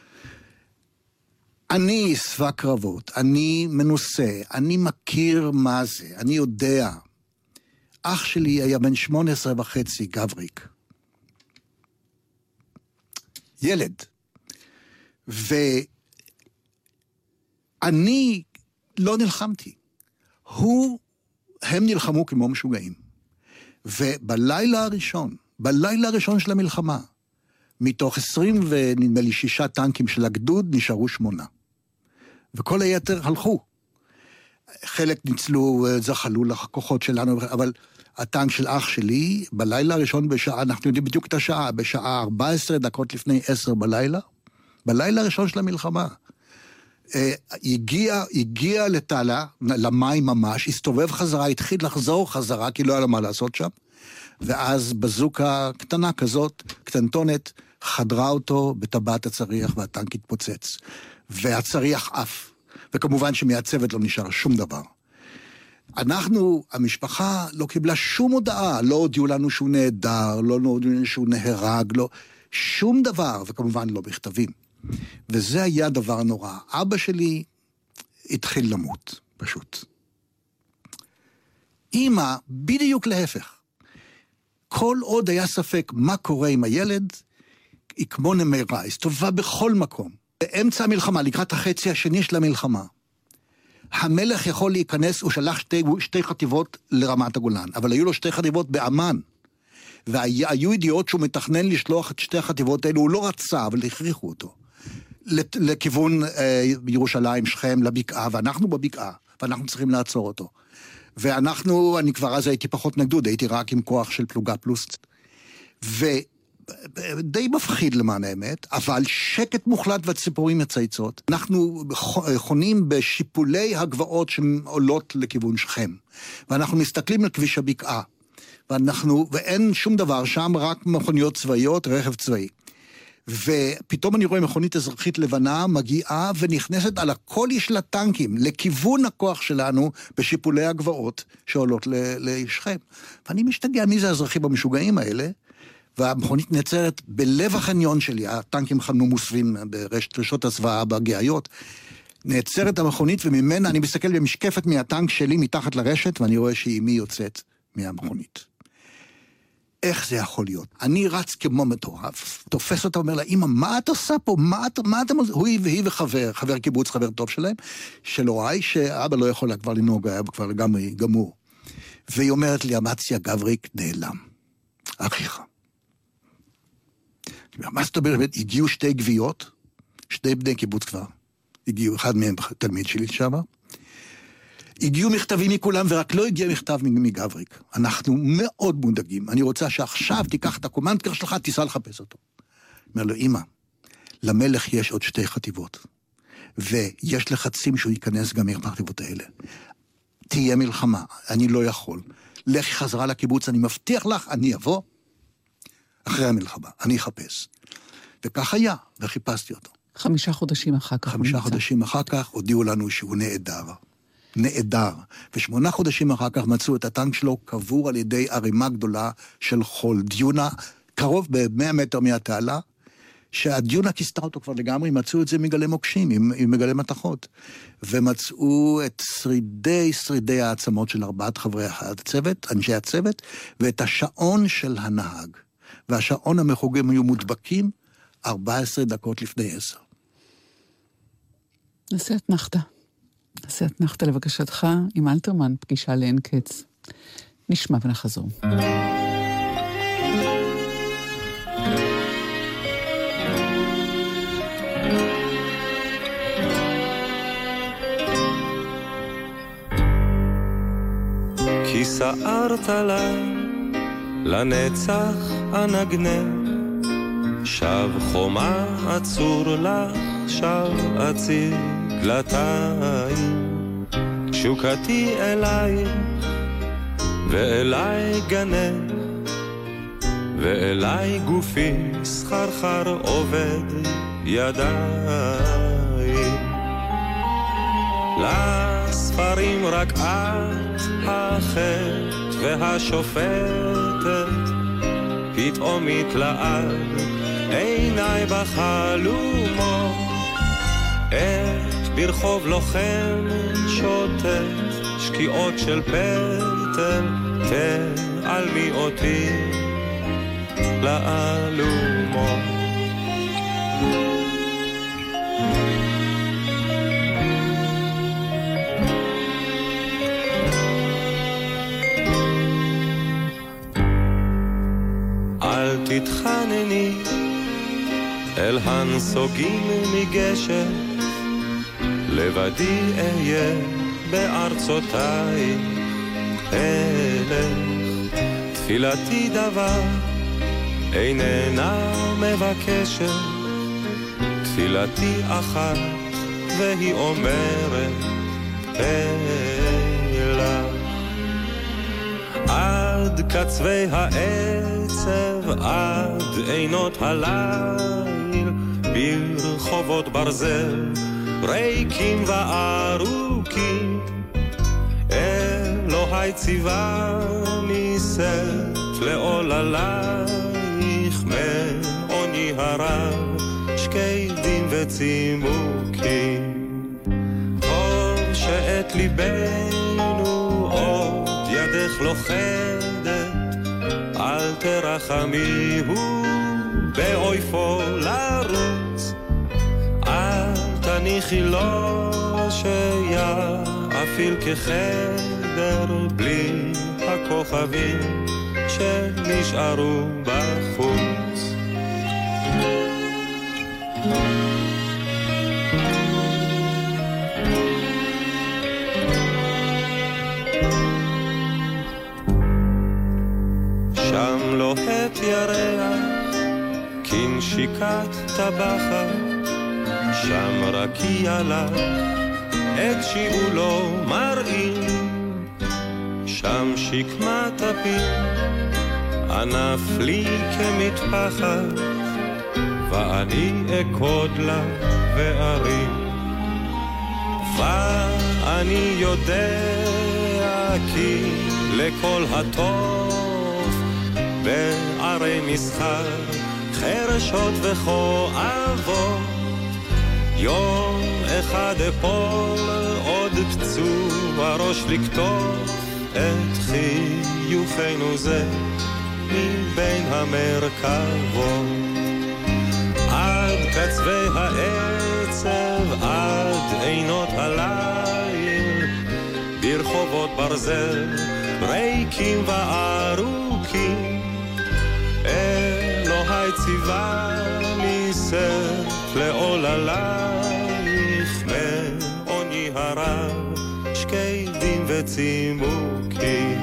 אני שבע קרבות, אני מנוסה, אני מכיר מה זה, אני יודע. אח שלי היה בן שמונה עשרה וחצי, גבריק. ילד. ואני לא נלחמתי. הוא, הם נלחמו כמו משוגעים. ובלילה הראשון, בלילה הראשון של המלחמה, מתוך עשרים ונדמה לי שישה טנקים של הגדוד, נשארו שמונה. וכל היתר הלכו. חלק ניצלו, זחלו לכוחות שלנו, אבל הטנק של אח שלי, בלילה הראשון בשעה, אנחנו יודעים בדיוק את השעה, בשעה ארבע עשרה דקות לפני עשר בלילה, בלילה הראשון של המלחמה, הגיע, הגיע לטלה, למים ממש, הסתובב חזרה, התחיל לחזור חזרה, כי לא היה לו מה לעשות שם, ואז בזוקה קטנה כזאת, קטנטונת, חדרה אותו בטבעת הצריח, והטנק התפוצץ. והצריח אף. וכמובן שמהצוות לא נשאר שום דבר. אנחנו, המשפחה לא קיבלה שום הודעה, לא הודיעו לנו שהוא נהדר, לא הודיעו לנו שהוא נהרג, לא, שום דבר, וכמובן לא בכתבים. וזה היה דבר נורא. אבא שלי התחיל למות, פשוט. אמא, בדיוק להפך. כל עוד היה ספק מה קורה עם הילד, היא כמו נמרה, הסתובבה בכל מקום. באמצע המלחמה, לקראת החצי השני של המלחמה, המלך יכול להיכנס, הוא שלח שתי, שתי חטיבות לרמת הגולן, אבל היו לו שתי חטיבות באמן, והיו ידיעות שהוא מתכנן לשלוח את שתי החטיבות האלו, הוא לא רצה, אבל הכריחו אותו, לכיוון אה, ירושלים, שכם, לבקעה, ואנחנו בבקעה, ואנחנו צריכים לעצור אותו. ואנחנו, אני כבר אז הייתי פחות נגדוד, הייתי רק עם כוח של פלוגה פלוס, ודי מפחיד למען האמת, אבל שקט מוחלט והציפורים מצייצות. אנחנו חונים בשיפולי הגבעות שעולות לכיוון שכם, ואנחנו מסתכלים על כביש הבקעה, ואנחנו, ואין שום דבר, שם רק מכוניות צבאיות, רכב צבאי. ופתאום אני רואה מכונית אזרחית לבנה מגיעה ונכנסת על הקולי של הטנקים לכיוון הכוח שלנו בשיפולי הגבעות שעולות לשכם. ואני משתגע מי זה האזרחים המשוגעים האלה, והמכונית נעצרת בלב החניון שלי, הטנקים חנו מוספים ברשתות הצבאה בגאיות, נעצרת המכונית וממנה אני מסתכל במשקפת מהטנק שלי מתחת לרשת ואני רואה שאימי יוצאת מהמכונית. איך זה יכול להיות? אני רץ כמו מטורף, תופס אותה, אומר לה, אמא, מה את עושה פה? מה את, מה אתם עושים? הוא והיא וחבר, חבר קיבוץ, חבר טוב שלהם, של הוריי, שאבא לא יכול כבר לנהוג, היה כבר לגמרי גמור. והיא אומרת לי, אמציה גבריק נעלם. אחיך. מה זאת אומרת? הגיעו שתי גוויות, שתי בני קיבוץ כבר, הגיעו, אחד מהם תלמיד שלי שם, הגיעו מכתבים מכולם, ורק לא הגיע מכתב מגבריק. אנחנו מאוד מודאגים. אני רוצה שעכשיו תיקח את הקומנדקר שלך, תיסע לחפש אותו. אומר לו, אמא, למלך יש עוד שתי חטיבות, ויש לחצים שהוא ייכנס גם מהחטיבות האלה. תהיה מלחמה, אני לא יכול. לכי חזרה לקיבוץ, אני מבטיח לך, אני אבוא אחרי המלחמה, אני אחפש. וכך היה, וחיפשתי אותו. חמישה חודשים אחר כך. חמישה חודשים אחר כך הודיעו לנו שהוא נעדר. נעדר. ושמונה חודשים אחר כך מצאו את הטנק שלו קבור על ידי ערימה גדולה של חול. דיונה קרוב ב-מאה מטר מהתעלה, שהדיונה כיסתה אותו כבר לגמרי, מצאו את זה מגלי מוקשים, עם, עם מגלי מתחות. ומצאו את שרידי, שרידי העצמות של ארבעת חברי הצוות, אנשי הצוות, ואת השעון של הנהג. והשעון המחוגים היו מודבקים ארבע עשרה דקות לפני עשר. נעשה אתנחתה. נעשה אתנחתה לבקשתך עם אלתרמן, פגישה לאין קץ. נשמע ונחזור. כי סערת לה לנצח הנגנב, שב חומה עצור לך, שב עציר גלתיים, שוקתי אלייך ואליי גנב, ואליי גופי סחרחר עובד ידיים. לספרים רק את החטא והשופטת, פתאום התלעד עיניי בחלומות, את ברחוב לוחם שוטט שקיעות של פטל, תעלמי אותי לאלומות. אל תתחנני אל הנסוגים מגשם, לבדי אהיה בארצותיי אלך. תפילתי דבר איננה מבקשת, תפילתי אחת והיא אומרת אלך. עד קצווי העצב, עד עינות הליל, ברחובות ברזל ריקים וארוכים, אלוהי ציווני שאת לעוללייך, מעוני הרב שקדים וצימוקים. טוב שאת ליבנו עוד ידך לוחדת, אל תרחמיהו באויפו לרוץ, אל תניחי לו שיאפיל כחדר בלי הכוכבים שנשארו בחוץ. שם לוהט ירח כנשיקת טבחת, שם רקיע לך את שיעולו מראים, שם שקמת הפיר ענף לי כמטפחת, ואני אקוד לה וארים. ואני יודע כי לכל הטוב בערי מסחר חרשות וכואבות, יום אחד אפול עוד פצוע ראש לקטוף את חיוכנו זה מבין המרכבות. עד קצווי העצב, עד עינות הליל, ברחובות ברזל ריקים וארוכים, אלוהי ציווני שאת לעוללייך, מעוני הרב שקדים וצימוקים.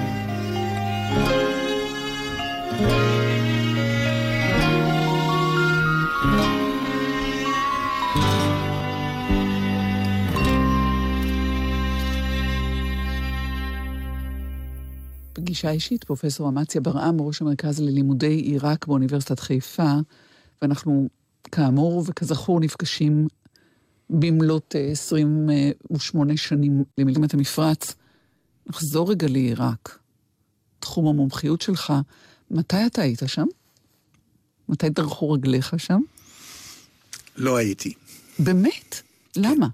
פגישה אישית, פרופסור אמציה ברעם, ראש המרכז ללימודי עיראק באוניברסיטת חיפה, ואנחנו כאמור וכזכור נפגשים במלאת עשרים ושמונה שנים למלחמת המפרץ. נחזור רגע לעיראק, תחום המומחיות שלך. מתי אתה היית שם? מתי דרכו רגליך שם? לא הייתי. באמת? למה?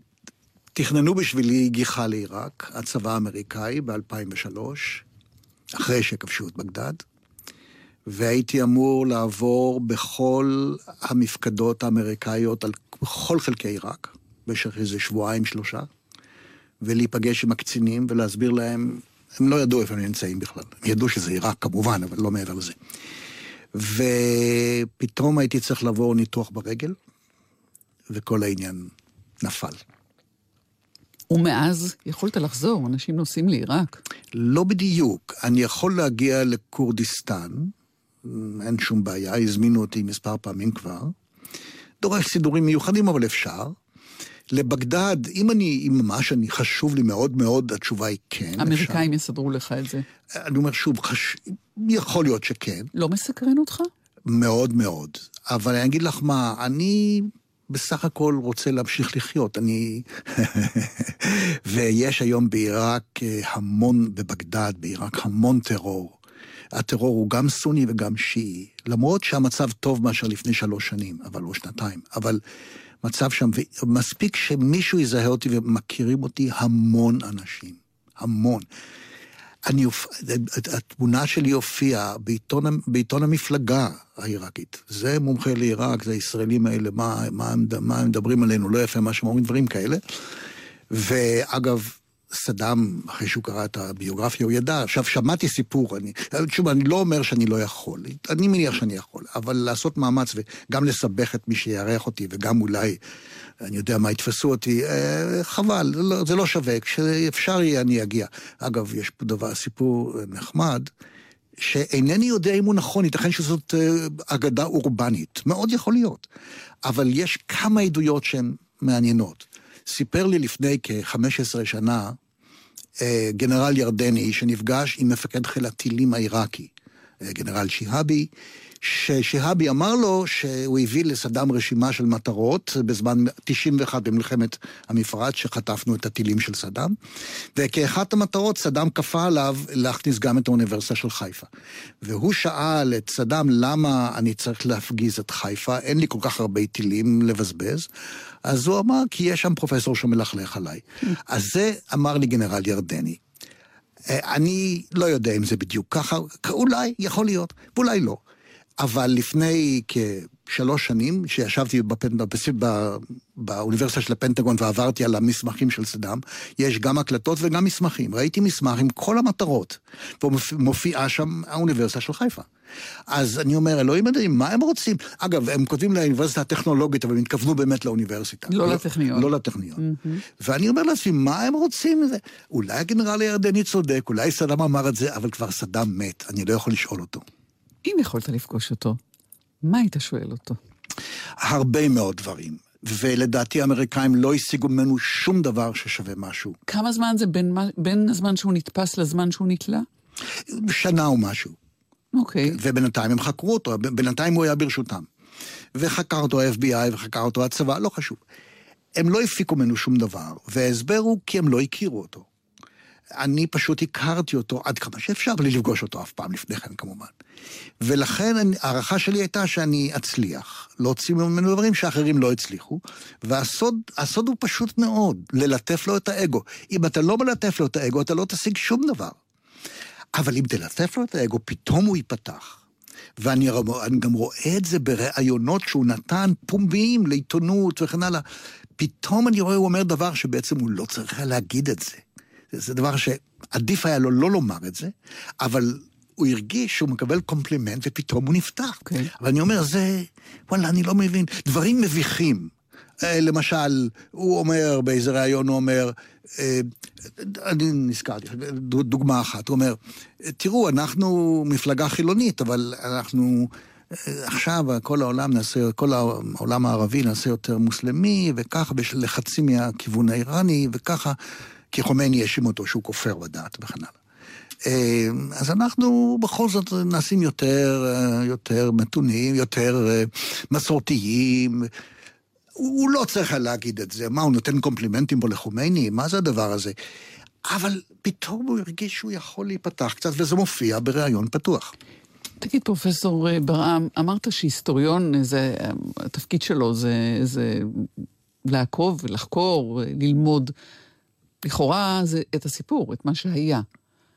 תכננו בשבילי גיחה לעיראק, הצבא האמריקאי ב-אלפיים ושלוש. אחרי שכבשו את בגדד, והייתי אמור לעבור בכל המפקדות האמריקאיות, על כל חלקי עיראק, במשך איזה שבועיים, שלושה, ולהיפגש עם הקצינים ולהסביר להם, הם לא ידעו איפה הם נמצאים בכלל. הם ידעו שזה עיראק כמובן, אבל לא מעבר לזה. ופתאום הייתי צריך לעבור ניתוח ברגל, וכל העניין נפל. ומאז יכולת לחזור, אנשים נוסעים לעיראק. לא בדיוק. אני יכול להגיע לקורדיסטן, אין שום בעיה, הזמינו אותי מספר פעמים כבר. דורש סידורים מיוחדים, אבל אפשר. לבגדד, אם אני, אם ממש אני חשוב לי מאוד מאוד, התשובה היא כן. אמריקאים יסדרו לך את זה. אני אומר שוב, חש... יכול להיות שכן. לא מסקרן אותך? מאוד מאוד. אבל אני אגיד לך מה, אני בסך הכל רוצה להמשיך לחיות. אני... ויש היום בעיראק המון, בבגדד, בעיראק המון טרור. הטרור הוא גם סוני וגם שיעי. למרות שהמצב טוב מאשר לפני שלוש שנים, אבל לא שנתיים. אבל מצב שם, ומספיק שמישהו יזהה אותי ומכירים אותי המון אנשים. המון. אני, התמונה שלי הופיעה בעיתון, בעיתון המפלגה העיראקית. זה מומחה לעיראק, זה הישראלים האלה, מה, מה, הם, מה הם מדברים עלינו, לא יפה מה שהם אומרים, דברים כאלה. ואגב, סדאם, אחרי שהוא קרא את הביוגרפיה, הוא ידע. עכשיו, שמעתי סיפור, אני, שוב, אני לא אומר שאני לא יכול, אני מניח שאני יכול, אבל לעשות מאמץ וגם לסבך את מי שיערך אותי, וגם אולי, אני יודע מה, יתפסו אותי, חבל, זה לא, זה לא שווה, כשאפשר יהיה אני אגיע. אגב, יש פה דבר, סיפור נחמד, שאינני יודע אם הוא נכון, ייתכן שזאת אגדה אורבנית, מאוד יכול להיות, אבל יש כמה עדויות שהן מעניינות. סיפר לי לפני כ-חמש עשרה שנה, גנרל ירדני שנפגש עם מפקד חיל הטילים העיראקי, גנרל שיהאבי, ששיהאבי אמר לו שהוא הביא לסדאם רשימה של מטרות בזמן תשעים ואחת במלחמת המפרץ שחטפנו את הטילים של סדאם, וכאחת המטרות סדאם כפה עליו להכניס גם את האוניברסיטה של חיפה. והוא שאל את סדאם למה אני צריך להפגיז את חיפה, אין לי כל כך הרבה טילים לבזבז, אז הוא אמר כי יש שם פרופסור שמלכלך עליי. אז זה אמר לי גנרל ירדני. אני לא יודע אם זה בדיוק ככה, אולי יכול להיות, ואולי לא. אבל לפני כשלוש שנים, שישבתי באוניברסיטה של הפנטגון ועברתי על המסמכים של סדאם, יש גם הקלטות וגם מסמכים. ראיתי מסמך עם כל המטרות, ומופיעה שם האוניברסיטה של חיפה. אז אני אומר, אלוהים יודעים, מה הם רוצים? אגב, הם כותבים לאוניברסיטה הטכנולוגית, אבל הם התכוונו באמת לאוניברסיטה. לא לטכניון. לא לטכניון. ואני אומר לעצמי, מה הם רוצים מזה? אולי הגנרל הירדני צודק, אולי סדאם אמר את זה, אבל כבר סדאם מת, אני לא יכול לשאול אותו. אם יכולת לפגוש אותו, מה היית שואל אותו? הרבה מאוד דברים. ולדעתי האמריקאים לא השיגו ממנו שום דבר ששווה משהו. כמה זמן זה בין, בין הזמן שהוא נתפס לזמן שהוא נתלה? שנה או משהו. אוקיי. ובינתיים הם חקרו אותו, בינתיים הוא היה ברשותם. וחקר אותו ה-אף בי איי וחקר אותו הצבא, לא חשוב. הם לא הפיקו ממנו שום דבר, וההסבר הוא כי הם לא הכירו אותו. אני פשוט הכרתי אותו עד כמה שאפשר, בלי לפגוש אותו אף פעם לפני כן כמובן. ולכן הערכה שלי הייתה שאני אצליח, להוציא ממנו דברים שאחרים לא הצליחו, והסוד הסוד הוא פשוט מאוד, ללטף לו את האגו. אם אתה לא מלטף לו את האגו, אתה לא תשיג שום דבר. אבל אם תלטף לו את האגו, פתאום הוא ייפתח. ואני גם רואה את זה ברעיונות שהוא נתן פומביים לעיתונות וכן הלאה. פתאום אני רואה, הוא אומר דבר שבעצם הוא לא צריך להגיד את זה. זה דבר שעדיף היה לו לא לומר את זה, אבל הוא הרגיש שהוא מקבל קומפלימנט, ופתאום הוא נפתח. Okay. אבל אני אומר, זה, וואלה, אני לא מבין. דברים מביכים. למשל, הוא אומר, באיזה ראיון הוא אומר, אני נזכרתי, דוגמה אחת, הוא אומר, תראו, אנחנו מפלגה חילונית, אבל אנחנו עכשיו כל העולם נעשה, כל העולם הערבי נעשה יותר מוסלמי, וככה, לחצים מהכיוון האיראני, וככה, כי חומני ישים אותו שהוא כופר בדת וכן הלאה. אז אנחנו בכל זאת נעשים יותר, יותר מתונים, יותר מסורתיים. הוא לא צריך להגיד את זה. מה, הוא נותן קומפלימנטים בו לחומני? מה זה הדבר הזה? אבל פתאום הוא הרגיש שהוא יכול להיפתח קצת, וזה מופיע בראיון פתוח. תגיד, פרופסור ברעם, אמרת שהיסטוריון, זה, התפקיד שלו זה, זה לעקוב, לחקור, ללמוד. לכאורה זה את הסיפור, את מה שהיה.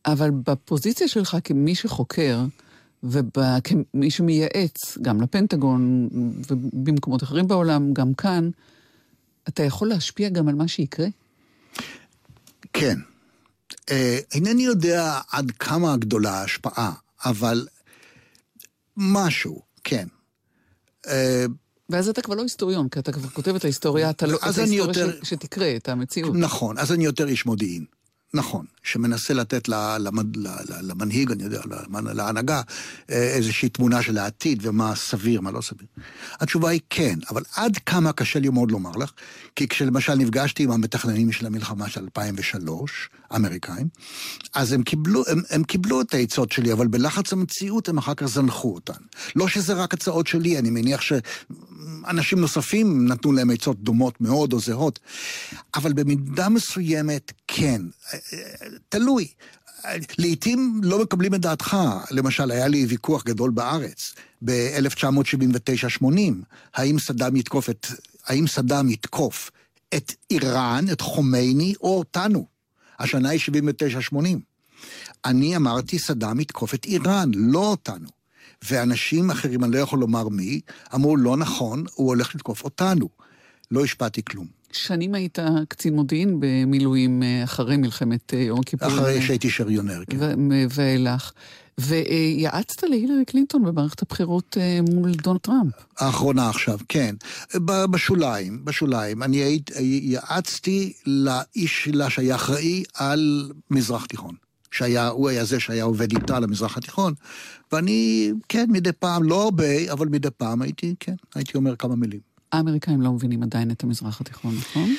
אבל בפוזיציה שלך כמי שחוקר, וכמי שמייעץ, גם לפנטגון, ובמקומות אחרים בעולם, גם כאן, אתה יכול להשפיע גם על מה שיקרה? כן. אה, אינני יודע עד כמה גדולה ההשפעה, אבל משהו, כן. אה, ואז אתה כבר לא היסטוריון, כי אתה כבר כותב את ההיסטוריה, אתה לא, את ההיסטוריה יותר... ש... שתקרה, את המציאות. נכון, אז אני יותר איש מודיעין. נכון, שמנסה לתת למנהיג, אני יודע, להנהגה, איזושהי תמונה של העתיד, ומה סביר, מה לא סביר. התשובה היא כן, אבל עד כמה קשה לי מאוד לומר לך, כי כשלמשל נפגשתי עם המתכננים של המלחמה של אלפיים ושלוש, האמריקאים, אז הם קיבלו, הם, הם קיבלו את העצות שלי, אבל בלחץ המציאות הם אחר כך זנחו אותן. לא שזה רק הצעות שלי, אני מניח שאנשים נוספים נתנו להם עצות דומות מאוד או זהות, אבל במידה מסוימת, כן, תלוי. לעתים לא מקבלים את דעתך. למשל, היה לי ויכוח גדול בארץ, ב-אלף תשע מאות שבעים ותשע שמונים, האם סדאם יתקוף את, האם סדאם יתקוף את איראן, את חומייני, או אותנו. השנה היא שבעים ותשע שמונים. אני אמרתי, סדאם יתקוף את איראן, לא אותנו. ואנשים אחרים, אני לא יכול לומר מי, אמרו, לא נכון, הוא הולך לתקוף אותנו. לא השפעתי כלום. שנים היית קצין מודיעין במילואים אחרי מלחמת יום הכיפורים. אחרי שהייתי שריונר, כן. ואילך. ויעצת להילרי קלינטון במערכת הבחירות מול דונלד טראמפ. האחרונה עכשיו, כן. בשוליים, בשוליים. אני יעצתי לאיש שלה שהיה אחראי על מזרח תיכון. שהיה, הוא היה זה שהיה עובד איתה למזרח התיכון. ואני, כן, מדי פעם, לא הרבה, אבל מדי פעם הייתי, כן, הייתי אומר כמה מילים. האמריקאים לא מבינים עדיין את המזרח התיכון, נכון?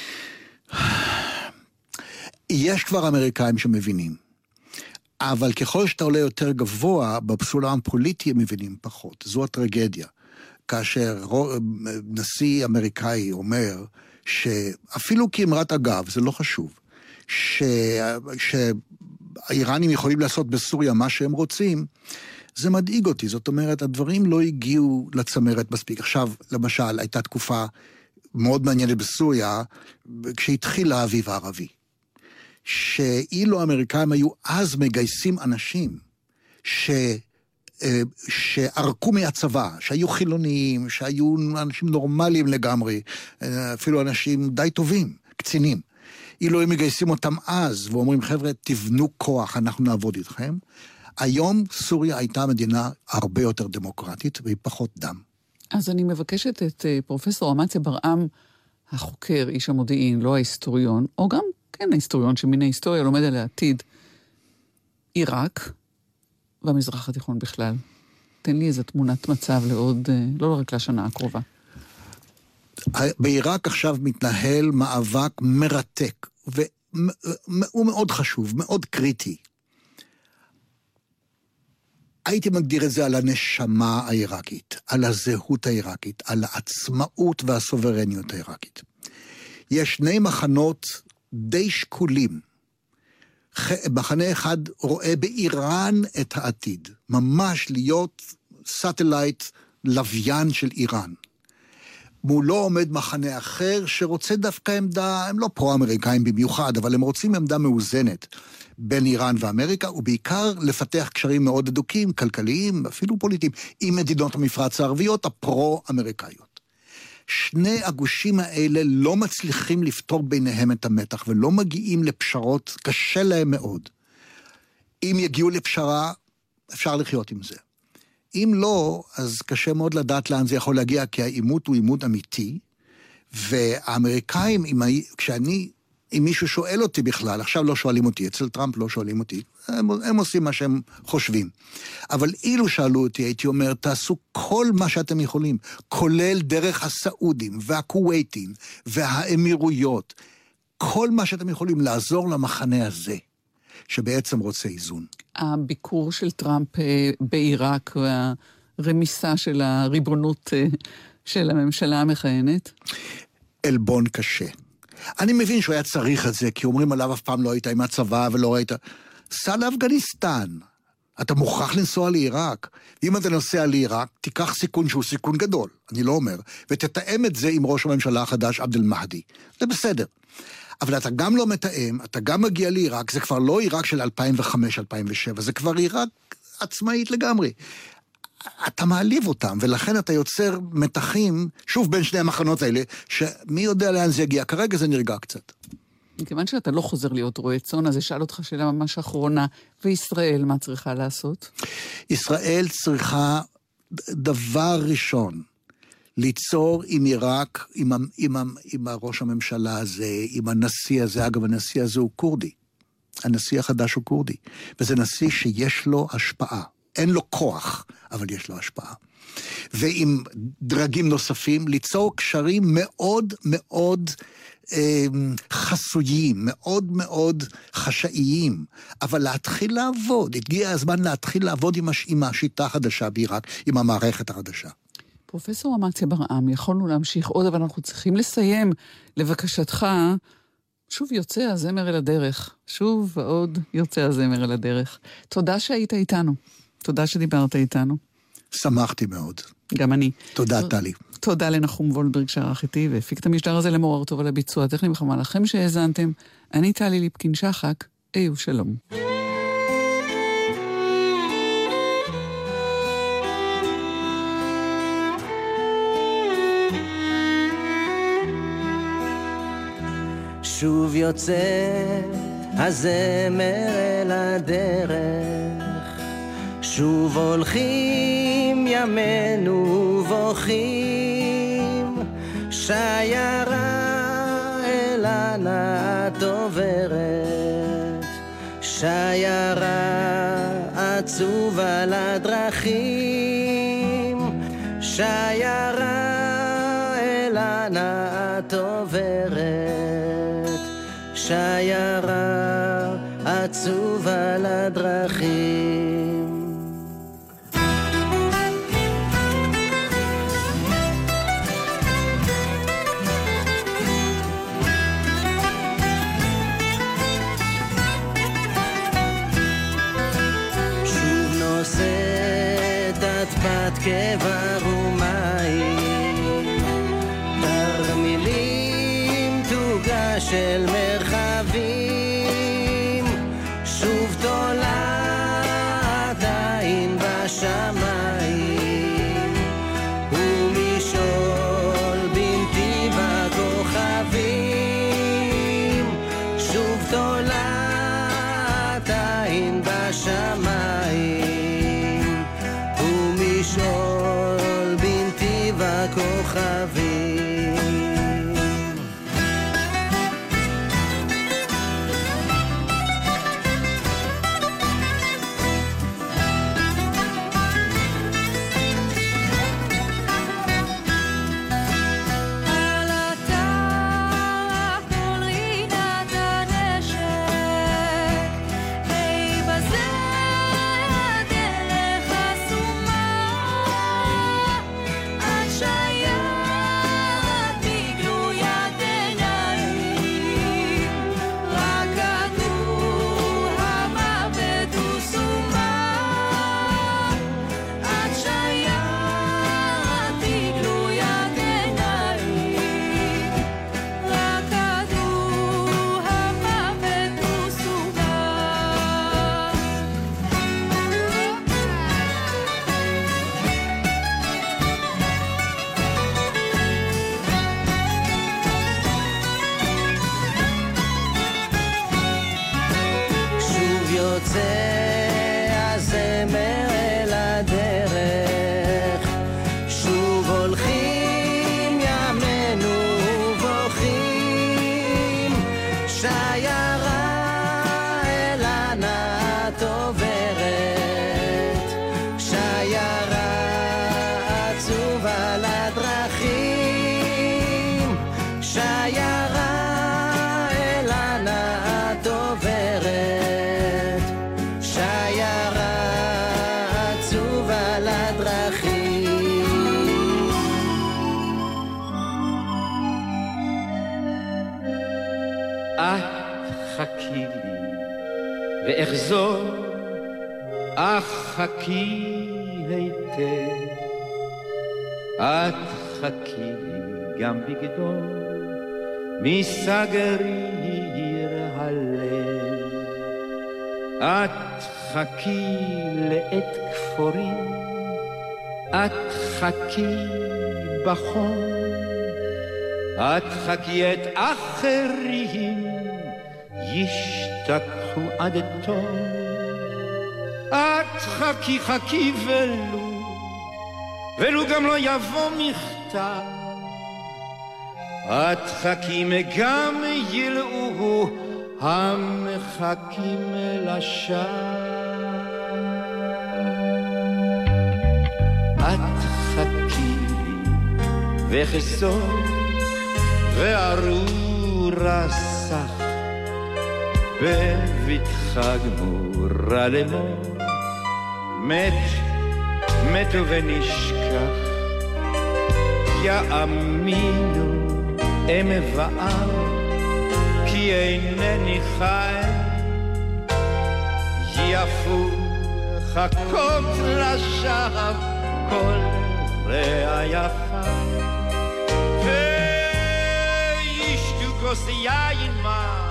יש כבר אמריקאים שמבינים. אבל ככל שאתה עולה יותר גבוה, בסולם הפוליטי הם מבינים פחות. זו הטרגדיה. כאשר נשיא אמריקאי אומר, שאפילו כאמרת אגב, זה לא חשוב, ש... שהאיראנים יכולים לעשות בסוריה מה שהם רוצים, זה מדאיג אותי. זאת אומרת, הדברים לא הגיעו לצמרת מספיק. עכשיו, למשל, הייתה תקופה מאוד מעניינת בסוריה, כשהתחיל האביב הערבי. שאילו האמריקאים היו אז מגייסים אנשים ש... שערקו מהצבא, שהיו חילוניים, שהיו אנשים נורמליים לגמרי, אפילו אנשים די טובים, קצינים. אילו הם מגייסים אותם אז, ואומרים, חבר'ה, תבנו כוח, אנחנו נעבוד איתכם. היום סוריה הייתה מדינה הרבה יותר דמוקרטית, והיא פחות דם. אז אני מבקשת את פרופסור אמציה ברעם, החוקר, איש המודיעין, לא ההיסטוריון, או גם, כן, ההיסטוריון שמן ההיסטוריה לומד על העתיד, עיראק, והמזרח התיכון בכלל. תן לי איזו תמונת מצב לעוד, לא רק לשנה הקרובה. בעיראק עכשיו מתנהל מאבק מרתק, והוא מאוד חשוב, מאוד קריטי. הייתי מגדיר את זה על הנשמה העיראקית, על הזהות העיראקית, על העצמאות והסוברניות העיראקית. יש שני מחנות די שקולים. מחנה אחד רואה באיראן את העתיד, ממש להיות סטלייט לוויין של איראן. מולו עומד מחנה אחר שרוצה דווקא עמדה, הם לא פרו-אמריקאים במיוחד, אבל הם רוצים עמדה מאוזנת בין איראן ואמריקה, ובעיקר לפתח קשרים מאוד הדוקים, כלכליים, אפילו פוליטיים, עם מדינות המפרץ הערביות הפרו-אמריקאיות. שני הגושים האלה לא מצליחים לפתור ביניהם את המתח, ולא מגיעים לפשרות, קשה להם מאוד. אם יגיעו לפשרה, אפשר לחיות עם זה. אם לא, אז קשה מאוד לדעת לאן זה יכול להגיע, כי העימות הוא עימות אמיתי, והאמריקאים, כשאני, אם מישהו שואל אותי בכלל, עכשיו לא שואלים אותי, אצל טראמפ לא שואלים אותי, הם, הם עושים מה שהם חושבים. אבל אילו שאלו אותי, הייתי אומר, תעשו כל מה שאתם יכולים, כולל דרך הסעודים והכווייטים והאמירויות, כל מה שאתם יכולים לעזור למחנה הזה, שבעצם רוצה איזון. הביקור של טראמפ בעיראק והרמיסה של הריבונות של הממשלה המכהנת? אלבון קשה. אני מבין שהוא היה צריך את זה, כי אומרים עליו אף פעם לא היית עם הצבא ולא ראית. סע לאפגניסטן. אתה מוכרח לנסוע לעיראק. ואם אתה נוסע לעיראק, תיקח סיכון שהוא סיכון גדול, אני לא אומר, ותתאם את זה עם ראש הממשלה החדש, עבד אל-מהדי. זה בסדר. אבל אתה גם לא מתאם, אתה גם מגיע לעיראק, זה כבר לא עיראק של אלפיים וחמש אלפיים ושבע, זה כבר עיראק עצמאית לגמרי. אתה מעליב אותם, ולכן אתה יוצר מתחים, שוב בין שני המחנות האלה, שמי יודע לאן זה יגיע. כרגע זה נרגע קצת. מכיוון שאתה לא חוזר להיות רועה צאן, אז אשאל אותך שאלה ממש אחרונה, וישראל מה צריכה לעשות? ישראל צריכה דבר ראשון, ליצור עם עיראק, עם, עם, עם, עם ראש הממשלה הזה, עם הנשיא הזה, אגב הנשיא הזה הוא קורדי, הנשיא החדש הוא קורדי, וזה נשיא שיש לו השפעה, אין לו כוח, אבל יש לו השפעה. ועם דרגים נוספים, ליצור קשרים מאוד מאוד אה, חסויים, מאוד מאוד חשאיים, אבל להתחיל לעבוד, הגיע הזמן להתחיל לעבוד עם, הש, עם השיטה החדשה בעיראק, עם המערכת החדשה. פרופסור אמציה ברעם, יכולנו להמשיך עוד, אבל אנחנו צריכים לסיים. לבקשתך, שוב יוצא הזמר אל הדרך. שוב ועוד יוצא הזמר אל הדרך. תודה שהיית איתנו. תודה שדיברת איתנו. שמחתי מאוד. גם אני. תודה, טלי. תודה לנחום וולברג שערך איתי, והפיק את המשדר הזה למורר טוב על הביצוע. תכף מחמה לכם שהאזנתם. אני טלי ליפקין שחק. היו שלום. שוב יוצא הזמר אל הדרך, שוב הולכים ימינו ובוכים, שיירה אל ענת עוברת, שיירה עצוב על הדרכים, שיירה אל ענת עוברת, שיירה עצוב על הדרכים. שוב נושאת את בת כבר ומים, תרמילים תוגה של מרחבים, שוב תולעת עין בשמיים, ומשול בנתיב הכוכבים, שוב תולעת עין בשמיים, ומשול בנתיב הכוכבים. חכי לי ואחזור אך חכי היטב, את חכי גם בגדול, מסגריר הלב. את חכי לעת כפורים, את חכי בחום, את חכי את אחרים ישתכחו עד תום. את חכי חכי ולו, ולו גם לא יבוא מכתב. את חכים גם ילאו המחכים לשווא. את חכי לי וחסון וארור סך, בבטחה גמורה למות, מת מתו ונשכח. יאמינו אם ואב כי אינני חי, יפו חכות לשווא כל רעייך, וישתו כוס יין מר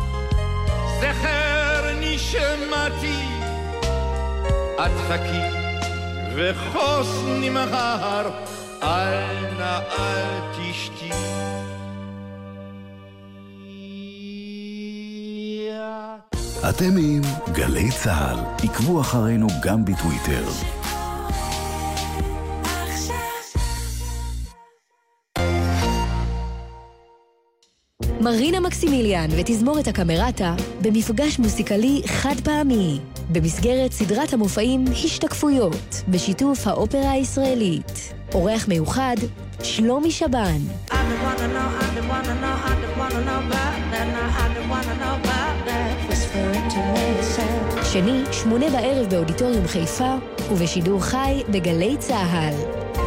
זכר נשמתי. את חכי וחוס נמהר, אל נא אל תשתי. אתם עם גלי צהל, עקבו אחרינו גם בטוויטר. מרינה מקסימיליאן ותזמורת הקמרטה במפגש מוסיקלי חד פעמי במסגרת סדרת המופעים השתקפויות בשיתוף האופרה הישראלית. אורח מיוחד שלומי שבן. שני, שמונה בערב באודיטוריום חיפה ובשידור חי בגלי צהל.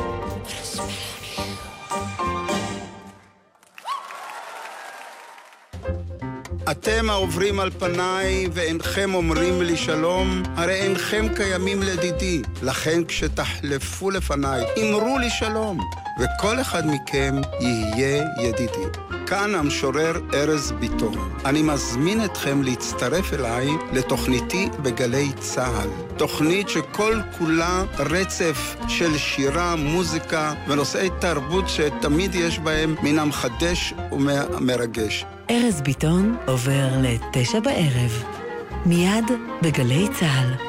אתם העוברים על פניי ואינכם אומרים לי שלום, הרי אינכם קיימים לדידי. לכן כשתחלפו לפניי, אמרו לי שלום, וכל אחד מכם יהיה ידידי. כאן המשורר ארז ביטון. אני מזמין אתכם להצטרף אליי לתוכניתי בגלי צהל. תוכנית שכל כולה רצף של שירה, מוזיקה ונושאי תרבות שתמיד יש בהם מן המחדש ומרגש. ארז ביטון עובר לתשע בערב, מיד בגלי צהל.